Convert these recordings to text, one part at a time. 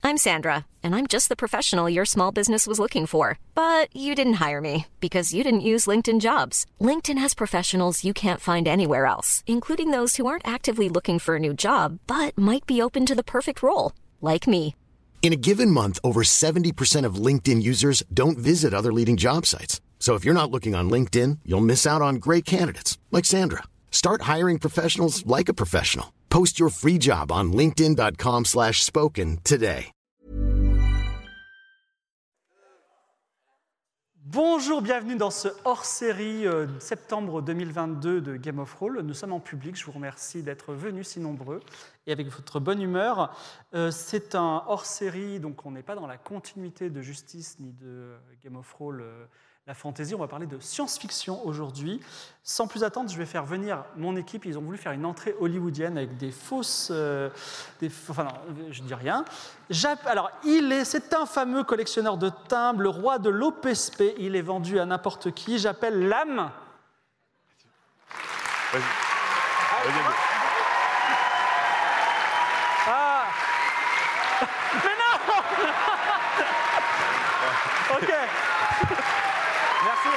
I'm Sandra, and I'm just the professional your small business was looking for. But you didn't hire me because you didn't use LinkedIn Jobs. LinkedIn has professionals you can't find anywhere else, including those who aren't actively looking for a new job, but might be open to the perfect role, like me. In a given month, over 70% of LinkedIn users don't visit other leading job sites. So if you're not looking on LinkedIn, you'll miss out on great candidates like Sandra. Start hiring professionals like a professional. Post your free job on linkedin.com/spoken today. Bonjour, bienvenue dans ce hors-série septembre 2022 de Game of Thrones. Nous sommes en public, je vous remercie d'être venus si nombreux et avec votre bonne humeur. C'est un hors-série, donc on n'est pas dans la continuité de Justice ni de Game of Thrones, la fantasy. On va parler de science-fiction aujourd'hui. Sans plus attendre, je vais faire venir mon équipe. Ils ont voulu faire une entrée hollywoodienne avec des fausses... enfin non, je ne dis rien. Alors, c'est un fameux collectionneur de timbres, le roi de l'OPSP. Il est vendu à n'importe qui. J'appelle Lame. Vas-y. Ah. Mais non. Ok. Merci.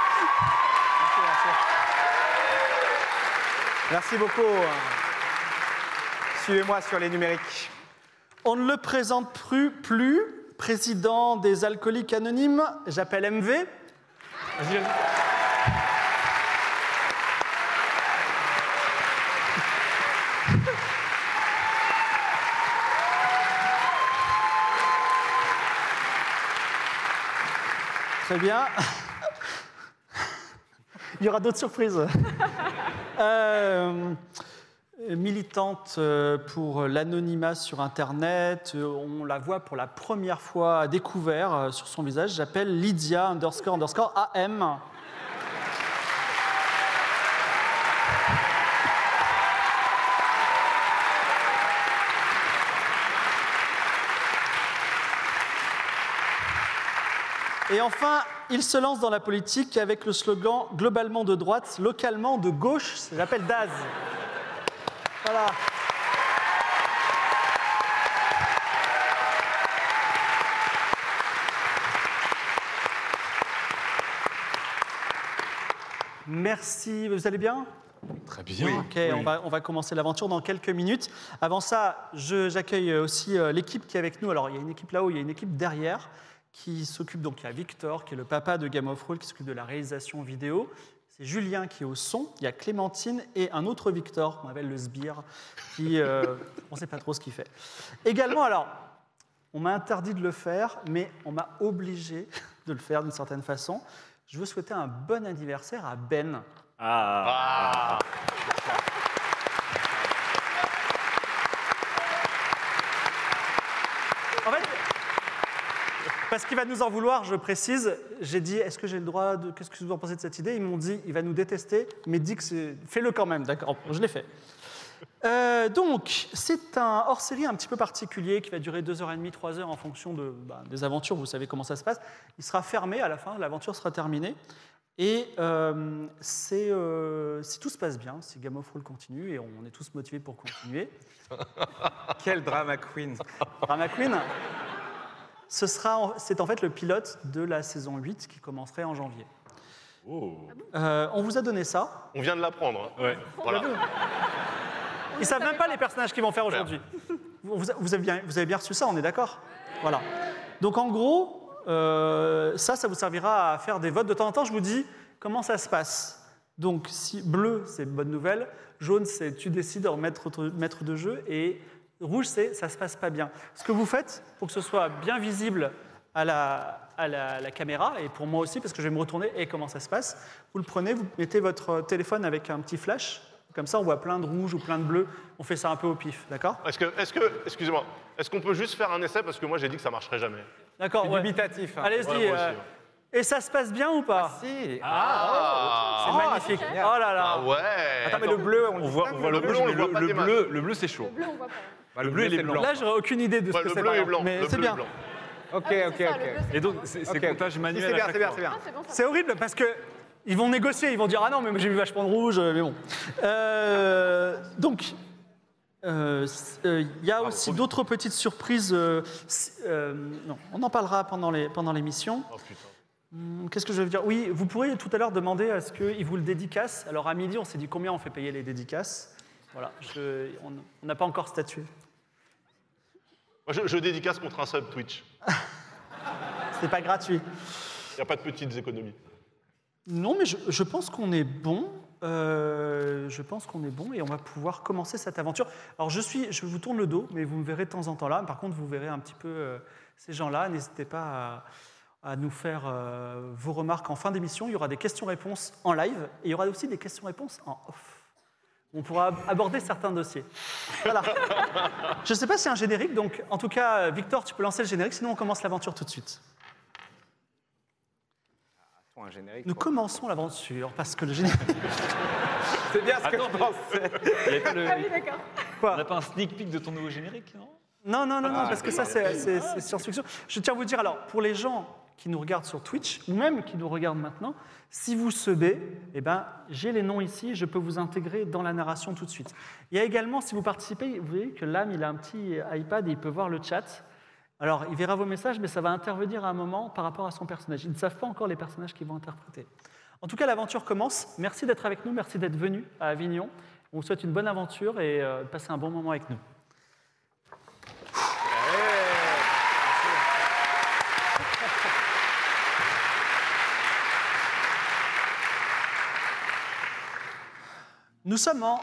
Merci beaucoup. Suivez-moi sur les numériques. On ne le présente plus. Président des Alcooliques Anonymes, j'appelle MV. Vas-y. Très bien. Il y aura d'autres surprises. Militante pour l'anonymat sur Internet, on la voit pour la première fois à découvert sur son visage. J'appelle Lydia __AM. Et enfin, il se lance dans la politique avec le slogan « Globalement de droite, localement de gauche », j'appelle Daz. Voilà. Merci, vous allez bien ? Très bien. Ok, oui. On va commencer l'aventure dans quelques minutes. Avant ça, j'accueille aussi l'équipe qui est avec nous. Alors, il y a une équipe là-haut, il y a une équipe derrière qui s'occupe, donc il y a Victor, qui est le papa de Game of Thrones, qui s'occupe de la réalisation vidéo. C'est Julien qui est au son, il y a Clémentine et un autre Victor, qu'on appelle le sbire, qui, on ne sait pas trop ce qu'il fait. Également, alors, on m'a interdit de le faire, mais on m'a obligé de le faire d'une certaine façon. Je veux souhaiter un bon anniversaire à Ben. Ah. En fait, parce qu'il va nous en vouloir, je précise, j'ai dit, est-ce que j'ai le droit de... Qu'est-ce que vous en pensez de cette idée ? Ils m'ont dit, il va nous détester, mais dit que c'est... Fais-le quand même, d'accord, je l'ai fait. Donc, c'est un hors-série un petit peu particulier qui va durer 2h30, 3 heures en fonction des aventures, vous savez comment ça se passe. Il sera fermé à la fin, l'aventure sera terminée. Et si tout se passe bien, si Game of Thrones continue, et on est tous motivés pour continuer. Quel drama queen. Drama queen. C'est en fait le pilote de la saison 8 qui commencerait en janvier. Oh. On vous a donné ça. On vient de l'apprendre. Ouais. Voilà. Ils ne savent même pas les personnages qu'ils vont faire aujourd'hui. Vous avez bien reçu ça, on est d'accord ? Voilà. Donc en gros, ça vous servira à faire des votes. De temps en temps, je vous dis comment ça se passe. Donc si bleu, c'est bonne nouvelle. Jaune, c'est tu décides en maître de jeu. Et rouge, c'est ça se passe pas bien. Ce que vous faites, pour que ce soit bien visible à la caméra, et pour moi aussi, parce que je vais me retourner, et comment ça se passe, vous le prenez, vous mettez votre téléphone avec un petit flash, comme ça on voit plein de rouge ou plein de bleu, on fait ça un peu au pif, d'accord ? Excusez-moi, est-ce qu'on peut juste faire un essai, parce que moi j'ai dit que ça marcherait jamais. D'accord, C'est dubitatif. Hein. Allez-y, Ouais, moi aussi, ouais. Et ça se passe bien ou pas ? Si. C'est magnifique. c'est Oh là là. Ah ouais. Attends, mais le bleu, on voit le bleu, on le voit pas des masses. Le bleu, c'est chaud. Le bleu, on voit pas. Bah, le bleu, il est blanc. Là, j'aurais aucune idée de ce Ouais, que le c'est. bleu par est exemple. blanc. Mais Le c'est bleu bien. est blanc. Ok. C'est Et donc, c'est comptage manuel. c'est bien. Ah, C'est bon, ça C'est horrible parce que ils vont négocier, ils vont dire ah non mais j'ai vu vachement de rouge, mais bon. Donc Il y a aussi d'autres petites surprises. Non, on en parlera pendant l'émission. Oh putain. Qu'est-ce que je veux dire? Oui, vous pourriez tout à l'heure demander à ce qu'ils vous le dédicacent. Alors à midi, on s'est dit combien on fait payer les dédicaces. Voilà, on n'a pas encore statué. Moi, je dédicace contre un sub Twitch. C'est pas gratuit. Il n'y a pas de petites économies. Non, mais je pense qu'on est bon. Je pense qu'on est bon et on va pouvoir commencer cette aventure. Alors je vous tourne le dos, mais vous me verrez de temps en temps là. Par contre, vous verrez un petit peu ces gens-là. N'hésitez pas à nous faire vos remarques en fin d'émission. Il y aura des questions-réponses en live et il y aura aussi des questions-réponses en off. On pourra aborder certains dossiers. Voilà. Je ne sais pas si c'est un générique, donc en tout cas, Victor, tu peux lancer le générique, sinon on commence l'aventure tout de suite. Un générique, Nous commençons l'aventure parce que le générique... C'est bien ce que je pensais. On n'a pas un sneak peek de ton nouveau générique, non? Non, parce que ça, c'est science-fiction. Je tiens à vous dire, alors, pour les gens qui nous regardent sur Twitch, ou même qui nous regardent maintenant, si vous subez, eh ben, j'ai les noms ici, je peux vous intégrer dans la narration tout de suite. Il y a également, si vous participez, vous voyez que l'âme, il a un petit iPad et il peut voir le chat. Alors, il verra vos messages, mais ça va intervenir à un moment par rapport à son personnage. Ils ne savent pas encore les personnages qu'ils vont interpréter. En tout cas, l'aventure commence. Merci d'être avec nous, merci d'être venu à Avignon. On vous souhaite une bonne aventure et passez un bon moment avec nous. Nous sommes en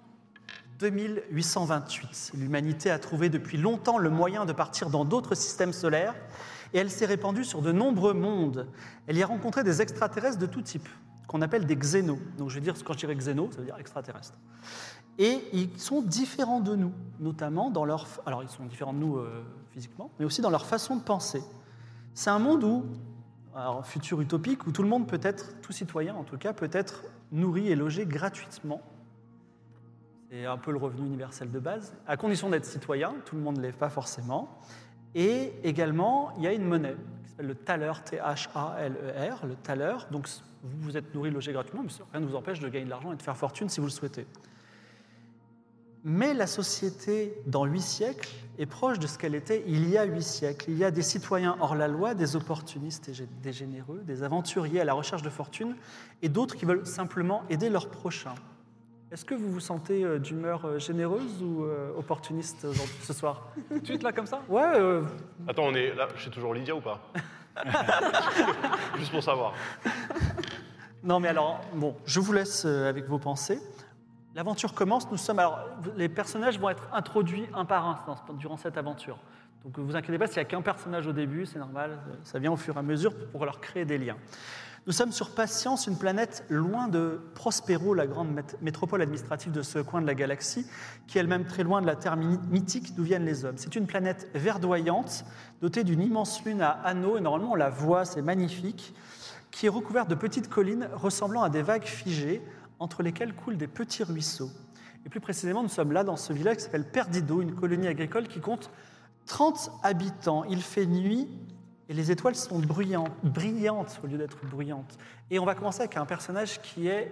2828. L'humanité a trouvé depuis longtemps le moyen de partir dans d'autres systèmes solaires et elle s'est répandue sur de nombreux mondes. Elle y a rencontré des extraterrestres de tout type, qu'on appelle des xénos. Donc je veux dire, quand je dirais xéno, ça veut dire extraterrestre. Et ils sont différents de nous, notamment dans leur... Alors ils sont différents de nous physiquement, mais aussi dans leur façon de penser. C'est un monde où, alors, futur utopique, où tout le monde peut être, tout citoyen en tout cas, peut être nourri et logé gratuitement. C'est un peu le revenu universel de base, à condition d'être citoyen, tout le monde ne l'est pas forcément. Et également, il y a une monnaie qui s'appelle le thaler, T-H-A-L-E-R, le thaler. Donc vous êtes nourri, logé gratuitement, mais rien ne vous empêche de gagner de l'argent et de faire fortune si vous le souhaitez. Mais la société, dans 8 siècles, est proche de ce qu'elle était il y a 8 siècles. Il y a des citoyens hors la loi, des opportunistes et des généreux, des aventuriers à la recherche de fortune, et d'autres qui veulent simplement aider leurs prochains. Est-ce que vous vous sentez d'humeur généreuse ou opportuniste ce soir? Tout de suite, là, comme ça? Ouais. Attends, on est là, je suis toujours Lydia ou pas? Juste pour savoir. Non, mais alors, bon, je vous laisse avec vos pensées. L'aventure commence, les personnages vont être introduits un par un durant cette aventure. Donc ne vous inquiétez pas, s'il n'y a qu'un personnage au début, c'est normal, ça vient au fur et à mesure pour leur créer des liens. Nous sommes sur Patience, une planète loin de Prospero, la grande métropole administrative de ce coin de la galaxie, qui est elle-même très loin de la terre mythique d'où viennent les hommes. C'est une planète verdoyante, dotée d'une immense lune à anneaux, et normalement on la voit, c'est magnifique, qui est recouverte de petites collines ressemblant à des vagues figées, entre lesquelles coulent des petits ruisseaux. Et plus précisément, nous sommes là dans ce village qui s'appelle Perdido, une colonie agricole qui compte 30 habitants. Il fait nuit et les étoiles sont brillantes au lieu d'être bruyantes. Et on va commencer avec un personnage qui est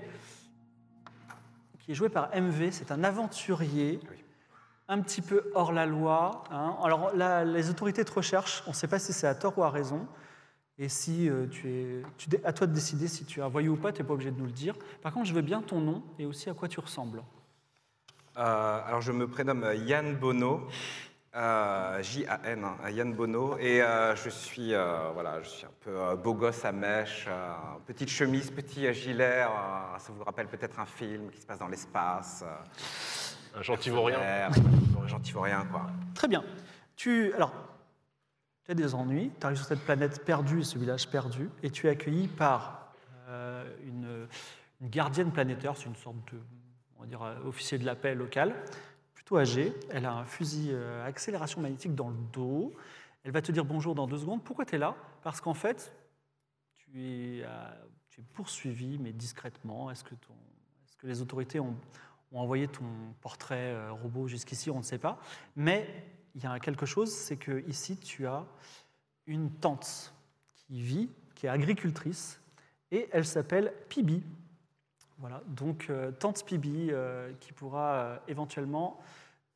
joué par MV. C'est un aventurier, un petit peu hors la loi. Hein. Alors là, les autorités te recherchent. On ne sait pas si c'est à tort ou à raison. Et si à toi de décider si tu es un voyou ou pas, tu n'es pas obligé de nous le dire. Par contre, je veux bien ton nom et aussi à quoi tu ressembles. Alors, je me prénomme Yann Bono, J-A-N, Yann Bono, et je suis un peu beau gosse à mèche, petite chemise, petit gilet, ça vous rappelle peut-être un film qui se passe dans l'espace. Un gentivorien. Un gentivorien, quoi. Très bien. Tu as des ennuis, tu arrives sur cette planète perdue, ce village perdu, et tu es accueilli par une gardienne planétaire, c'est une sorte de, on va dire, officier de la paix local, plutôt âgée. Elle a un fusil à accélération magnétique dans le dos. Elle va te dire bonjour dans 2 secondes. Pourquoi tu es là? Parce qu'en fait, tu es poursuivi, mais discrètement. Est-ce que les autorités ont envoyé ton portrait robot jusqu'ici? On ne sait pas. Mais il y a quelque chose, c'est qu'ici, tu as une tante qui est agricultrice, et elle s'appelle Pibi. Voilà, donc tante Pibi qui pourra éventuellement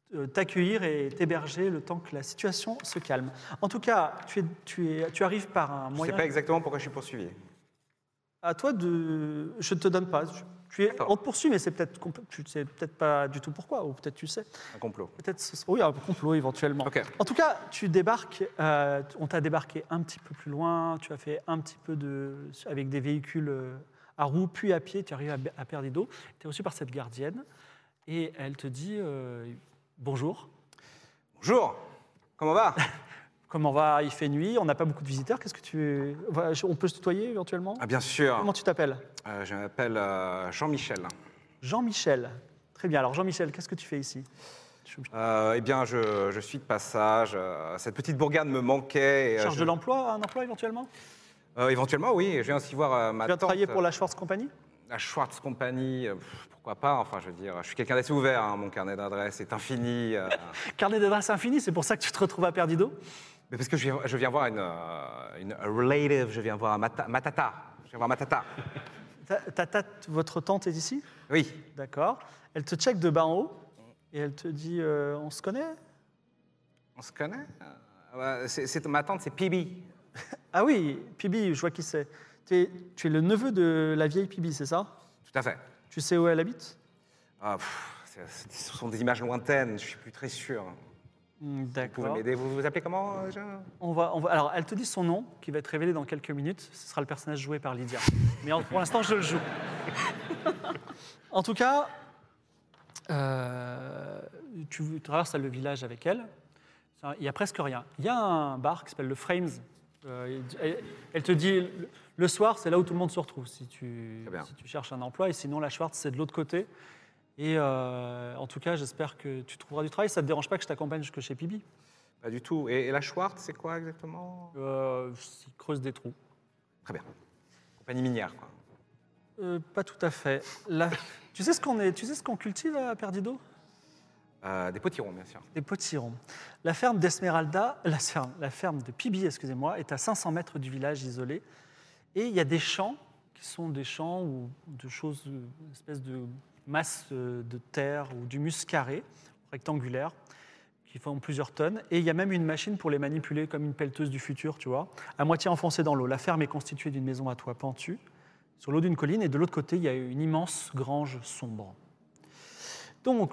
t'accueillir et t'héberger le temps que la situation se calme. En tout cas, tu arrives par un Je ne moyen... sais pas exactement pourquoi je suis poursuivi. À toi de... Je ne te donne pas. D'accord. On te poursuit, mais tu ne sais peut-être pas du tout pourquoi, ou peut-être tu sais. Un complot. Peut-être oui, un complot éventuellement. Ok. En tout cas, tu débarques, on t'a débarqué un petit peu plus loin, tu as fait un petit peu avec des véhicules à roues, puis à pied, tu arrives à Perdido. Tu es reçu par cette gardienne et elle te dit bonjour. Bonjour, comment va? Comment va? Il fait nuit, on n'a pas beaucoup de visiteurs. Qu'est-ce que on peut se tutoyer éventuellement? Ah, bien sûr. Comment tu t'appelles? Je m'appelle Jean-Michel. Jean-Michel. Très bien. Alors Jean-Michel, qu'est-ce que tu fais ici? Eh bien, je suis de passage. Cette petite bourgade me manquait. Et, Charge de l'emploi, un emploi éventuellement? Éventuellement, oui. Je viens aussi voir ma Tu viens tante. travailler pour la Schwartz Company? La Schwartz Company, pourquoi pas? Enfin, je veux dire, je suis quelqu'un d'assez ouvert. Hein, mon carnet d'adresses est infini. Carnet d'adresses infini, c'est pour ça que tu te retrouves à Perdido? Mais parce que je viens voir une relative. Je viens voir ma tata. Je viens voir ma tata. Votre tante est ici? Oui. D'accord. Elle te check de bas en haut et elle te dit on se connaît? On se connaît? Ma tante, c'est Pibi. Ah oui, Pibi, je vois qui c'est. Tu es le neveu de la vieille Pibi, c'est ça? Tout à fait. Tu sais où elle habite? Ce sont des images lointaines, je ne suis plus très sûr. Vous pouvez D'accord. m'aider? Vous vous appelez comment déjà? Alors, elle te dit son nom, qui va être révélé dans quelques minutes. Ce sera le personnage joué par Lydia. Mais pour l'instant, je le joue. En tout cas, tu traverses le village avec elle. Il n'y a presque rien. Il y a un bar qui s'appelle le Frames. Elle te dit, le soir, c'est là où tout le monde se retrouve, si tu cherches un emploi. Et sinon, la Schwartz, c'est de l'autre côté. Et en tout cas, j'espère que tu trouveras du travail. Ça ne te dérange pas que je t'accompagne jusque chez Pibi? Pas du tout. Et la Schwartz, c'est quoi exactement? Ils creusent des trous. Très bien. Compagnie minière, quoi. Pas tout à fait. Tu sais ce qu'on cultive à Perdido? Des potirons, bien sûr. Des potirons. La ferme d'Esmeralda, la ferme de Pibi, excusez-moi, est à 500 mètres du village isolé. Et il y a des champs qui sont des champs ou de choses, une espèce de masse de terre ou d'humus carré, rectangulaire, qui font plusieurs tonnes. Et il y a même une machine pour les manipuler comme une pelleteuse du futur, tu vois, à moitié enfoncée dans l'eau. La ferme est constituée d'une maison à toit pentu, sur l'eau d'une colline, et de l'autre côté, il y a une immense grange sombre. Donc,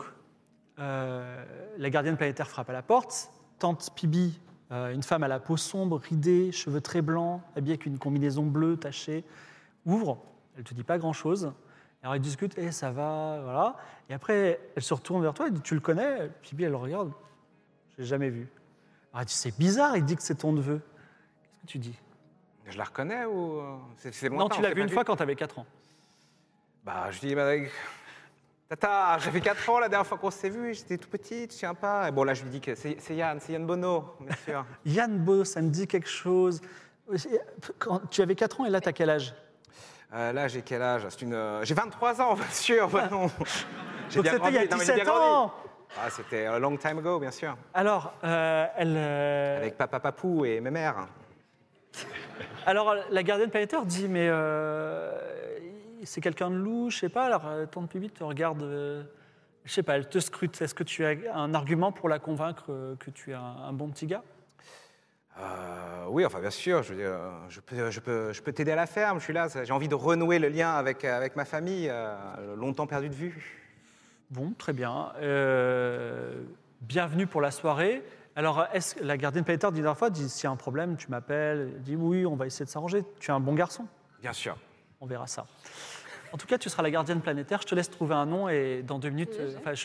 la gardienne planétaire frappe à la porte. Tante Pibi, une femme à la peau sombre, ridée, cheveux très blancs, habillée avec une combinaison bleue tachée, ouvre. Elle ne te dit pas grand-chose. Alors, elle discute, ça va, voilà. Et après, elle se retourne vers toi, elle dit, tu le connais? Pibi, elle le regarde, je ne l'ai jamais vu. Alors, elle dit, c'est bizarre, il dit que c'est ton neveu. Qu'est-ce que tu dis? Je la reconnais ou c'est Non, tu l'as vu une fois quand tu avais 4 ans. Je dis, tata, j'avais 4 ans la dernière fois qu'on s'est vu, j'étais tout petit, je ne tiens pas. Et bon, là, je lui dis que c'est Yann Bono, bien sûr. Yann Bono, ça me dit quelque chose. Quand tu avais 4 ans et là, tu as quel âge? Là, j'ai quel âge? J'ai 23 ans, bien sûr. Non. Donc c'était il y a 17 ans. C'était a long time ago, bien sûr. Alors, Avec papa Papou et mes mères. Alors, la gardienne planétaire dit, mais c'est quelqu'un de louche, je sais pas. Alors, tante Pibi te regarde, je sais pas, elle te scrute. Est-ce que tu as un argument pour la convaincre que tu es un bon petit gars? Oui, enfin, bien sûr. Je veux dire, je peux t'aider à la ferme. Je suis là. J'ai envie de renouer le lien avec ma famille, longtemps perdu de vue. Bon, très bien. Bienvenue pour la soirée. Alors, la gardienne planétaire dit dernière fois, s'il y a un problème, tu m'appelles. Elle dit oui, on va essayer de s'arranger. Tu es un bon garçon. Bien sûr. On verra ça. En tout cas, tu seras la gardienne planétaire. Je te laisse trouver un nom et dans 2 minutes,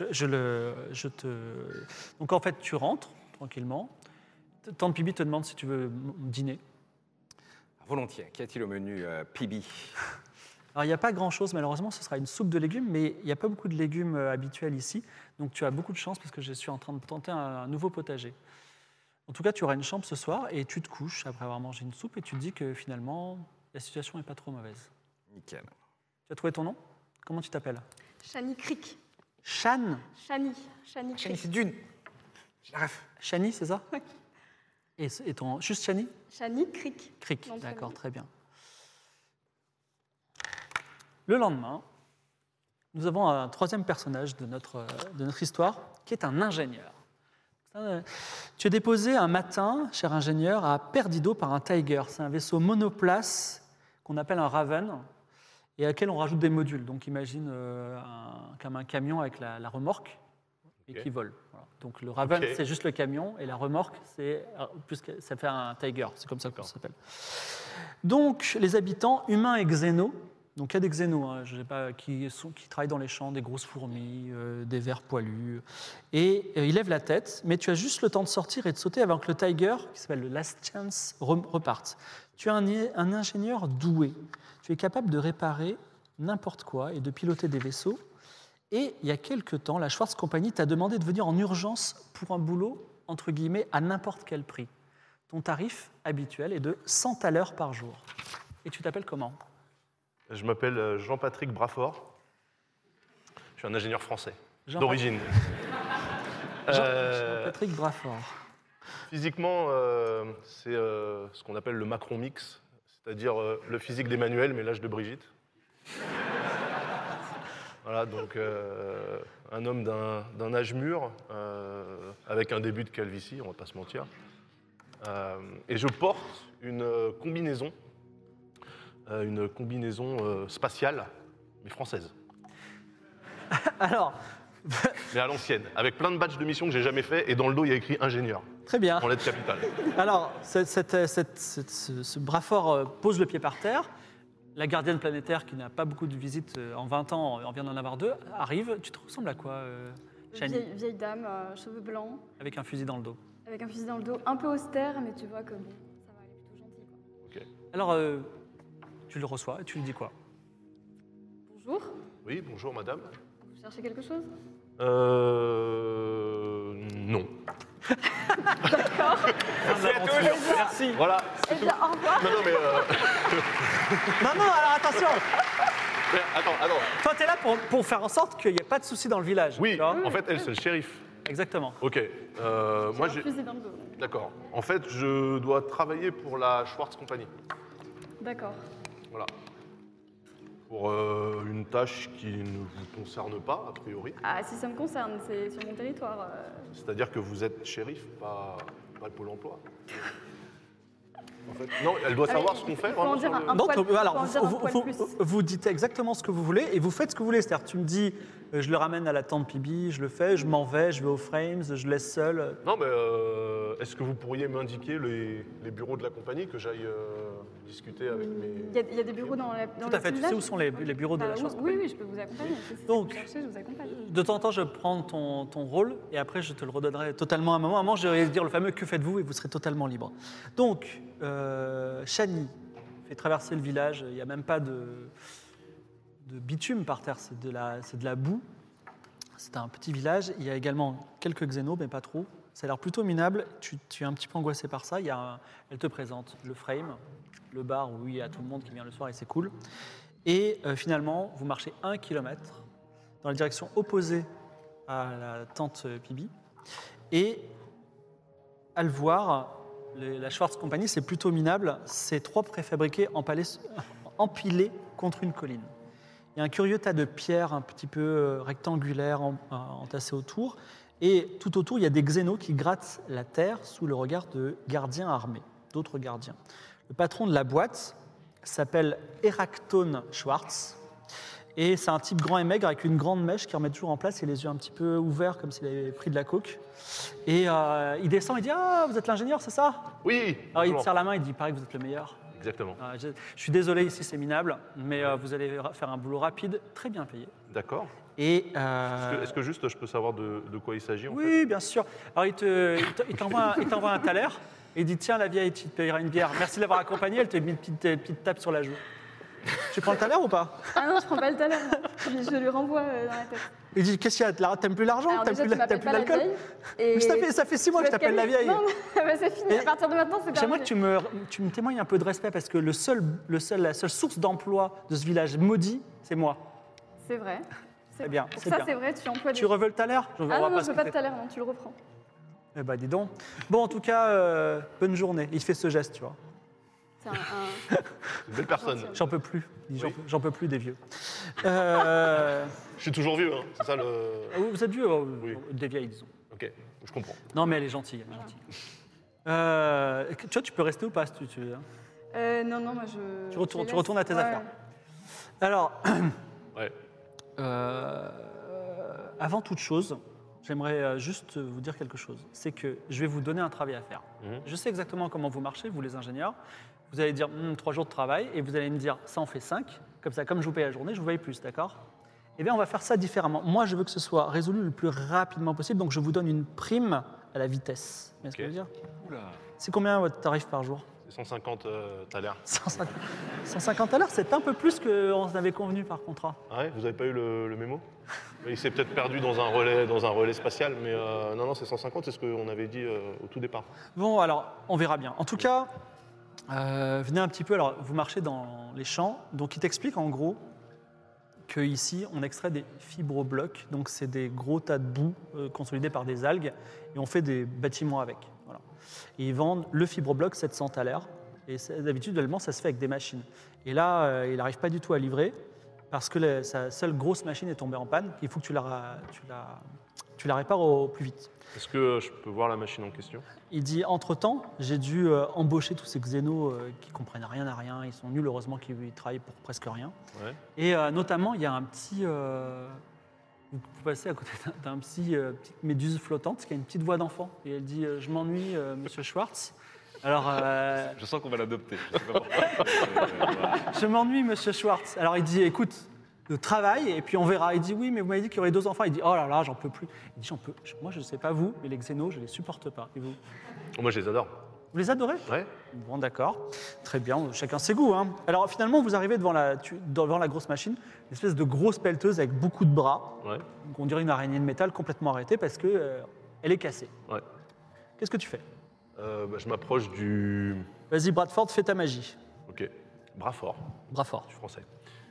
Donc en fait, tu rentres tranquillement. Tante Pibi te demande si tu veux dîner. Volontiers. Qu'y a-t-il au menu Pibi? Alors, il n'y a pas grand-chose, malheureusement, ce sera une soupe de légumes, mais il n'y a pas beaucoup de légumes habituels ici. Donc, tu as beaucoup de chance parce que je suis en train de tenter un nouveau potager. En tout cas, tu auras une chambre ce soir et tu te couches après avoir mangé une soupe et tu te dis que finalement, la situation n'est pas trop mauvaise. Nickel. Tu as trouvé ton nom? Comment tu t'appelles? Chani Crick. Chani? Chani Chani, Crick. c'est d'une. J'ai la ref. Chani, c'est ça? Oui. Et ton... Juste Chani? Chani Crick. Crick, Nom de d'accord, famille. très bien. Le lendemain, nous avons un troisième personnage de notre histoire, qui est un ingénieur. Tu es déposé un matin, cher ingénieur, à Perdido par un Tiger. C'est un vaisseau monoplace qu'on appelle un Raven, et à laquelle on rajoute des modules. Donc imagine comme un camion avec la remorque, et qui vole. Voilà. Donc le Raven, c'est juste le camion, et la remorque, ça fait un Tiger. C'est comme ça que ça s'appelle. Donc les habitants, humains et xénos, donc il y a des xénos qui travaillent dans les champs, des grosses fourmis, des vers poilus, et ils lèvent la tête, mais tu as juste le temps de sortir et de sauter avant que le Tiger, qui s'appelle le Last Chance, reparte. Tu es un ingénieur doué. Tu es capable de réparer n'importe quoi et de piloter des vaisseaux. Et il y a quelque temps, la Schwartz Company t'a demandé de venir en urgence pour un boulot, entre guillemets, à n'importe quel prix. Ton tarif habituel est de 100 thalers par jour. Et tu t'appelles comment ? Je m'appelle Jean-Patrick Brafort. Je suis un ingénieur français, d'origine. Jean-Patrick Brafort. Physiquement, c'est ce qu'on appelle le Macron mix, c'est-à-dire le physique d'Emmanuel, mais l'âge de Brigitte. Voilà, donc un homme d'un âge mûr, avec un début de calvitie, on ne va pas se mentir. Et je porte une combinaison spatiale, mais française. Alors, mais à l'ancienne, avec plein de badges de mission que j'ai jamais fait, et dans le dos il y a écrit ingénieur. Très bien. En lettres capitales. Alors, ce Brafort pose le pied par terre. La gardienne planétaire, qui n'a pas beaucoup de visites en 20 ans, on vient d'en avoir 2, arrive. Tu te ressembles à quoi, Chani ? Vieille dame, cheveux blancs. Avec un fusil dans le dos. Avec un fusil dans le dos, un peu austère, mais tu vois que bon, ça va, elle est plutôt gentille, quoi. Okay. Alors, tu le reçois et tu lui dis quoi ? Bonjour. Oui, bonjour madame. Vous cherchez quelque chose ? Non. D'accord. Merci. Voilà. Eh bien, au revoir. Non, mais Non, alors attention. mais attends. Toi, tu es là pour faire en sorte qu'il n'y ait pas de soucis dans le village. Oui, en fait, elle, c'est le shérif. Exactement. Ok. Moi, j'ai. Un fusil dans le dos. D'accord. En fait, je dois travailler pour la Schwartz Company. D'accord. Voilà. Pour une tâche qui ne vous concerne pas, a priori. Ah, si ça me concerne, c'est sur mon territoire. C'est-à-dire que vous êtes shérif, pas le Pôle emploi. En fait, non, elle doit savoir ce qu'on fait. Faut en dire un Donc, poil- alors, faut en dire un poil plus. vous dites exactement ce que vous voulez et vous faites ce que vous voulez. C'est-à-dire, tu me dis, je le ramène à la tente Pibi, je le fais, je m'en vais, je vais aux Frames, je laisse seul. Non, mais est-ce que vous pourriez m'indiquer les bureaux de la compagnie, que j'aille discuter avec mes... Il y a des bureaux dans le Tout à fait, tu sais où sont les bureaux de la Schwartz Company. Oui, je peux vous accompagner. Si c'est Donc, ce que vous cherchez, je vous accompagne. De temps en temps, je prends ton rôle et après, je te le redonnerai totalement à un moment. À un moment, je vais dire le fameux « que faites-vous » et vous serez totalement libre. Donc, Chani fait traverser le village. Il n'y a même pas de bitume par terre, c'est de la boue. C'est un petit village. Il y a également quelques xénos, mais pas trop. Ça a l'air plutôt minable. Tu es un petit peu angoissé par ça. Elle te présente le Frame, le bar où il y a tout le monde qui vient le soir et c'est cool. Et finalement, vous marchez 1 kilomètre dans la direction opposée à la tente Pibi. Et à le voir, la Schwartz Company, c'est plutôt minable. C'est 3 préfabriqués empilés contre une colline. Il y a un curieux tas de pierres un petit peu rectangulaires entassées autour. Et tout autour, il y a des xénos qui grattent la terre sous le regard de gardiens armés, d'autres gardiens. Le patron de la boîte s'appelle Eractone Schwartz. Et c'est un type grand et maigre avec une grande mèche qui remet toujours en place et les yeux un petit peu ouverts comme s'il avait pris de la coke. Et il descend, il dit « Ah, vous êtes l'ingénieur, c'est ça ?» Oui. Alors il te toujours. serre la main, il dit « Il paraît que vous êtes le meilleur. » Exactement. Je suis désolé, ici c'est minable, mais vous allez faire un boulot rapide, très bien payé. D'accord. Et Est-ce que juste je peux savoir de quoi il s'agit en fait ? oui, bien sûr. Alors il t'envoie un thaler et il dit « Tiens, la vieille, tu te payeras une bière. Merci de l'avoir accompagnée. » Elle te met une petite tape sur la joue. Tu prends le thaler ou pas ? Ah non, je prends pas le talent. Je lui renvoie dans la tête. Il dit « Qu'est-ce qu'il y a ? T'aimes plus l'argent ? Alors T'aimes déjà, plus tu m'appelles pas la l'alcool vieille. Et Mais ça fait 6 mois que je t'appelle la vieille. Non, bah, c'est fini. Et À partir de maintenant, c'est J'aimerais terminé. que tu me témoignes un peu de respect parce que la seule source d'emploi de ce village maudit, c'est moi. C'est vrai. C'est bien, Pour c'est ça, bien. c'est vrai, tu emploies des... Tu reveux le thaler ? Ah non, je veux pas de talent, non, tu le reprends. Eh ben, dis donc. Bon, en tout cas, bonne journée. Il fait ce geste, tu vois. C'est Une belle personne. J'en peux plus. Oui. J'en peux plus des vieux. Je suis toujours vieux, hein. C'est ça le. Vous êtes vieux, Oui. des vieilles, disons. Ok, je comprends. Non, mais elle est gentille. Elle est gentille. Tu vois, tu peux rester ou pas si tu veux. Non, moi je. Tu retournes- je les tu retournes à tes laisse. affaires. Alors, Ouais. avant toute chose, j'aimerais juste vous dire quelque chose. C'est que je vais vous donner un travail à faire. Mhm. Je sais exactement comment vous marchez, vous les ingénieurs. Vous allez dire 3 jours de travail et vous allez me dire ça en fait 5. Comme ça, comme je vous paye la journée, je vous paye plus, d'accord? Eh bien, on va faire ça différemment. Moi, je veux que ce soit résolu le plus rapidement possible, donc je vous donne une prime à la vitesse. Vous voyez ce que je veux dire? Oula. C'est combien votre tarif par jour? C'est 150 t'as l'air. 150 à l'heure, c'est un peu plus qu'on avait convenu par contrat. Ah ouais, vous avez pas eu le mémo? Il s'est peut-être perdu dans un relais spatial, mais non, c'est 150, c'est ce qu'on avait dit au tout départ. Bon, alors, on verra bien. En tout cas, venez un petit peu. Alors, vous marchez dans les champs. Donc, il t'explique en gros qu'ici, on extrait des fibroblocs. Donc, c'est des gros tas de boue consolidés par des algues. Et on fait des bâtiments avec. Voilà. Et ils vendent le fibrobloc 700 thalers. Et d'habitude, ça se fait avec des machines. Et là, il n'arrive pas du tout à livrer parce que sa seule grosse machine est tombée en panne. Il faut que tu la répares au plus vite. Est-ce que je peux voir la machine en question? Il dit, entre-temps, j'ai dû embaucher tous ces xénos qui comprennent rien à rien. Ils sont nuls, heureusement qu'ils travaillent pour presque rien. Ouais. Et notamment, il y a un petit... vous passez à côté d'un petite méduse flottante qui a une petite voix d'enfant. Et elle dit, je m'ennuie, monsieur Schwartz. Alors, Je sens qu'on va l'adopter. Je sais pas pourquoi. je m'ennuie, monsieur Schwartz. Alors, il dit, écoute, travaille et puis on verra. Il dit, oui, mais vous m'avez dit qu'il y aurait 2 enfants. Il dit, oh là là, j'en peux plus. Il dit, moi, je ne sais pas vous, mais les xénos, je ne les supporte pas. Et vous? Moi, je les adore. Vous les adorez? Ouais. Bon, d'accord. Très bien, chacun ses goûts. Hein. Alors, finalement, vous arrivez devant la grosse machine, une espèce de grosse pelleteuse avec beaucoup de bras. Ouais. Donc, on dirait une araignée de métal complètement arrêtée parce qu'elle est cassée. Ouais. Qu'est-ce que tu fais? Je m'approche du. Vas-y, Bradford, fais ta magie. Ok. Bras fort. Bras fort. Je suis français.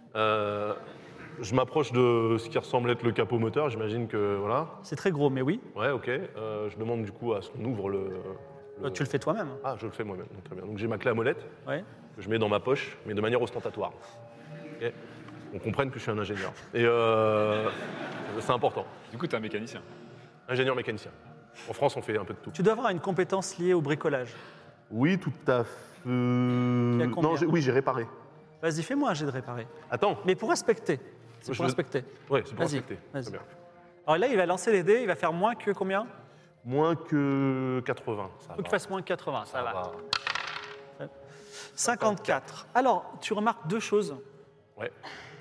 Je m'approche de ce qui ressemble être le capot moteur. J'imagine que voilà. C'est très gros, mais oui. Ouais, ok. Je demande du coup à ce qu'on ouvre le. Tu le fais toi-même. Ah, je le fais moi-même. Donc, très bien. Donc j'ai ma clé à molette Ouais. que je mets dans ma poche, mais de manière ostentatoire. Ok. On comprenne que je suis un ingénieur. Et c'est important. Du coup, t'es un mécanicien. Ingénieur mécanicien. En France, on fait un peu de tout. Tu dois avoir une compétence liée au bricolage. Oui, tout à fait. combien Non, oui, j'ai réparé. Vas-y, fais-moi un jet de réparer. Attends. Mais pour respecter. C'est Je pour veux- respecter. Ouais, c'est pour Vas-y, respecter. vas-y. Très bien. Alors là, il va lancer les dés, il va faire moins que combien? Moins que 80. Ça Il faut va. qu'il fasse moins que 80, ça va. va. 54. Alors, tu remarques 2 choses. Ouais.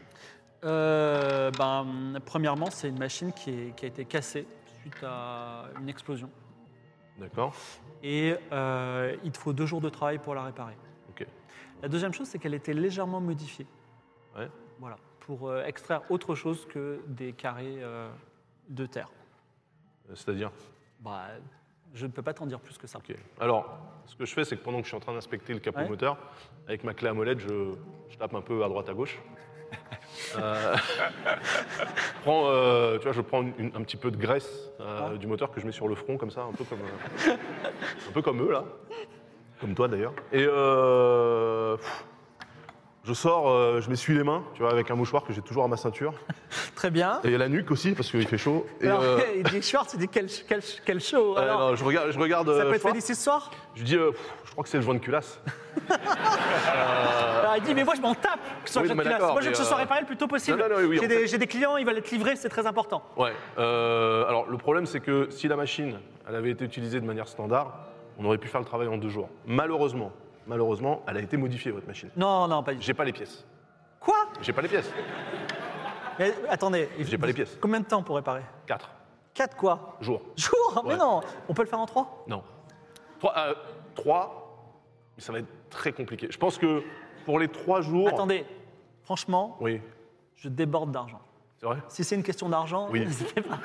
Premièrement, c'est une machine qui a été cassée suite à une explosion. D'accord. Et il te faut 2 jours de travail pour la réparer. Ok. La deuxième chose, c'est qu'elle était légèrement modifiée. Ouais. Voilà, pour extraire autre chose que des carrés de terre. C'est-à-dire. Je ne peux pas t'en dire plus que ça. Ok. Alors, ce que je fais, c'est que pendant que je suis en train d'inspecter le capot Ouais. moteur, avec ma clé à molette, je tape un peu à droite à gauche. Tu vois, je prends un petit peu de graisse du moteur que je mets sur le front, comme ça, un peu comme eux, là. Comme toi, d'ailleurs. Et je sors, je m'essuie les mains, tu vois, avec un mouchoir que j'ai toujours à ma ceinture. Très bien. Et la nuque aussi, parce qu'il fait chaud. Et, Alors, il dit Schwartz, il dit quel show. Alors, non, je regarde ça peut être Schwartz. Félicie ce soir? Je dis, je crois que c'est le joint de culasse. Alors, il dit, mais moi je m'en tape que ce soit Oui, jeune mais classe. d'accord, Moi je veux que ce mais, soit réparé le plus tôt possible. non, oui, J'ai des clients, ils veulent être livrés, c'est très important. Ouais. Alors, le problème, c'est que si la machine, elle avait été utilisée de manière standard, on aurait pu faire le travail en 2 jours. Malheureusement, elle a été modifiée, votre machine. Non, pas du tout. J'ai pas les pièces. Quoi? J'ai pas les pièces. Mais attendez. J'ai pas les pièces. Combien de temps pour réparer? 4 4 quoi? jours. Jours? Mais Ouais. non, on peut le faire en 3? Non. 3, mais ça va être très compliqué. Je pense que pour les 3 jours... Attendez, franchement, Oui, je déborde d'argent. c'est vrai. Si c'est une question d'argent, Oui. n'hésitez pas.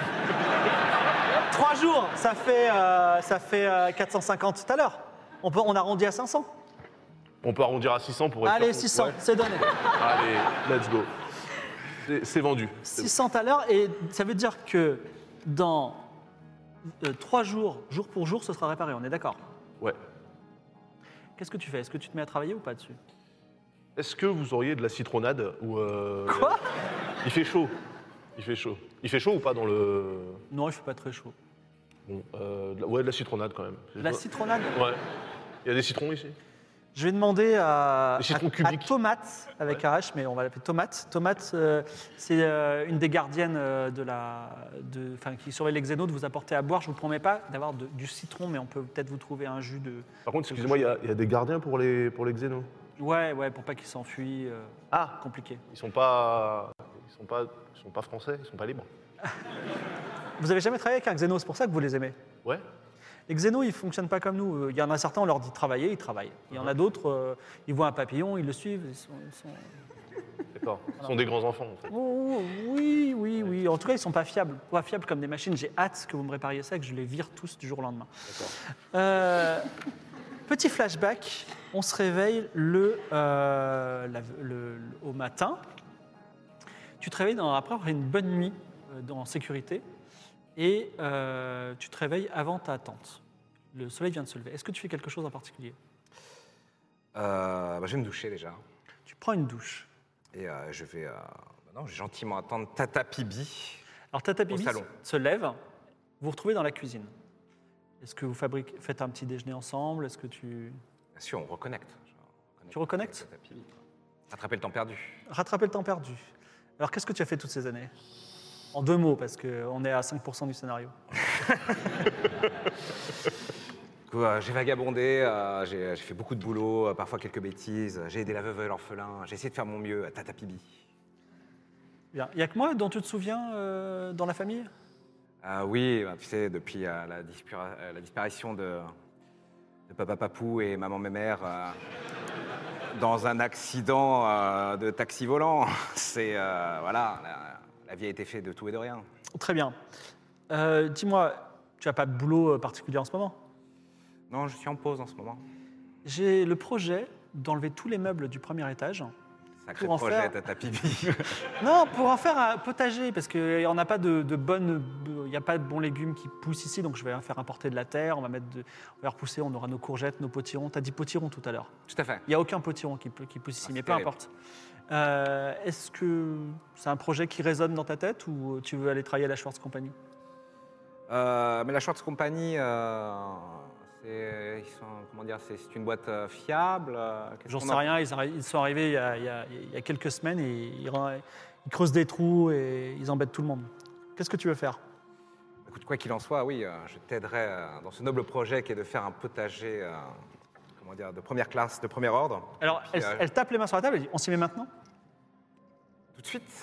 3 jours, ça fait 450 tout à l'heure. On arrondit à 500. On peut arrondir à 600 pour être Allez, sûr. 600, Ouais. c'est donné. Allez, let's go. C'est vendu. 600 à l'heure, et ça veut dire que dans 3 jours, jour pour jour, ce sera réparé, on est d'accord? Ouais. Qu'est-ce que tu fais? Est-ce que tu te mets à travailler ou pas dessus? Est-ce que vous auriez de la citronnade ou Quoi? Il fait chaud. Il fait chaud. Il fait chaud ou pas dans le... Non, il fait pas très chaud. Bon, ouais, de la citronnade quand même. De la citronnade? Ouais. Il y a des citrons ici? Je vais demander à Tomate, avec un H, mais on va l'appeler Tomate. Tomate, c'est une des gardiennes qui surveille les xénos, de vous apporter à boire. Je ne vous promets pas d'avoir du citron, mais on peut peut-être vous trouver un jus de... Par contre, excusez-moi, il y a des gardiens pour les xénos? Ouais, pour pas qu'ils s'enfuient. Compliqué. Ils sont pas français, ils sont pas libres. Vous avez jamais travaillé avec un xéno, c'est pour ça que vous les aimez? Ouais. Les xénos, ils ne fonctionnent pas comme nous. Il y en a certains, on leur dit travailler, ils travaillent. Il y en a d'autres, ils voient un papillon, ils le suivent. Ils sont... D'accord. Ils sont des grands enfants, en fait. Oh, oui. En tout cas, ils ne sont pas fiables. Pas fiables comme des machines. J'ai hâte que vous me répariez ça et que je les vire tous du jour au lendemain. D'accord. Petit flashback. On se réveille au matin. Tu te réveilles après avoir une bonne nuit en sécurité. Et tu te réveilles avant ta tente. Le soleil vient de se lever. Est-ce que tu fais quelque chose en particulier? Je vais me doucher déjà. Tu prends une douche. Et je vais gentiment attendre Tata Pibi. Alors Tata Pibi salon. se lève. Vous vous retrouvez dans la cuisine. Est-ce que vous faites un petit déjeuner ensemble? Est-ce que tu... Bien sûr, on reconnecte. Tu reconnectes? Tata Pibi. Rattraper le temps perdu. Rattraper le temps perdu. Alors qu'est-ce que tu as fait toutes ces années? En 2 mots, parce qu'on est à 5% du scénario. J'ai vagabondé, j'ai fait beaucoup de boulot, parfois quelques bêtises. J'ai aidé la veuve et l'orphelin. J'ai essayé de faire mon mieux à Tata Pibi. Bien. Il n'y a que moi dont tu te souviens dans la famille? Oui, tu sais, depuis la disparition de Papa Papou et Maman Mémère dans un accident de taxi volant. C'est, la vie a été faite de tout et de rien. Très bien. Dis-moi, tu n'as pas de boulot particulier en ce moment? Non, je suis en pause en ce moment. J'ai le projet d'enlever tous les meubles du premier étage. Sacré projet, Tata Pibi. Non, pour en faire un potager, parce qu'il n'y a pas de bons légumes qui poussent ici, donc je vais faire importer de la terre, on va repousser, on aura nos courgettes, nos potirons. Tu as dit potirons tout à l'heure. Tout à fait. Il n'y a aucun potiron qui pousse ici, mais peu importe. Est-ce que c'est un projet qui résonne dans ta tête ou tu veux aller travailler à la Schwartz Company? Mais la Schwartz Company, c'est une boîte fiable. J'en sais rien, ils sont arrivés il y a quelques semaines et ils creusent des trous et ils embêtent tout le monde. Qu'est-ce que tu veux faire? Écoute, quoi qu'il en soit, oui, je t'aiderai dans ce noble projet qui est de faire un potager de première classe, de premier ordre. Alors, elle tape les mains sur la table et dit, on s'y met maintenant? Tout de suite.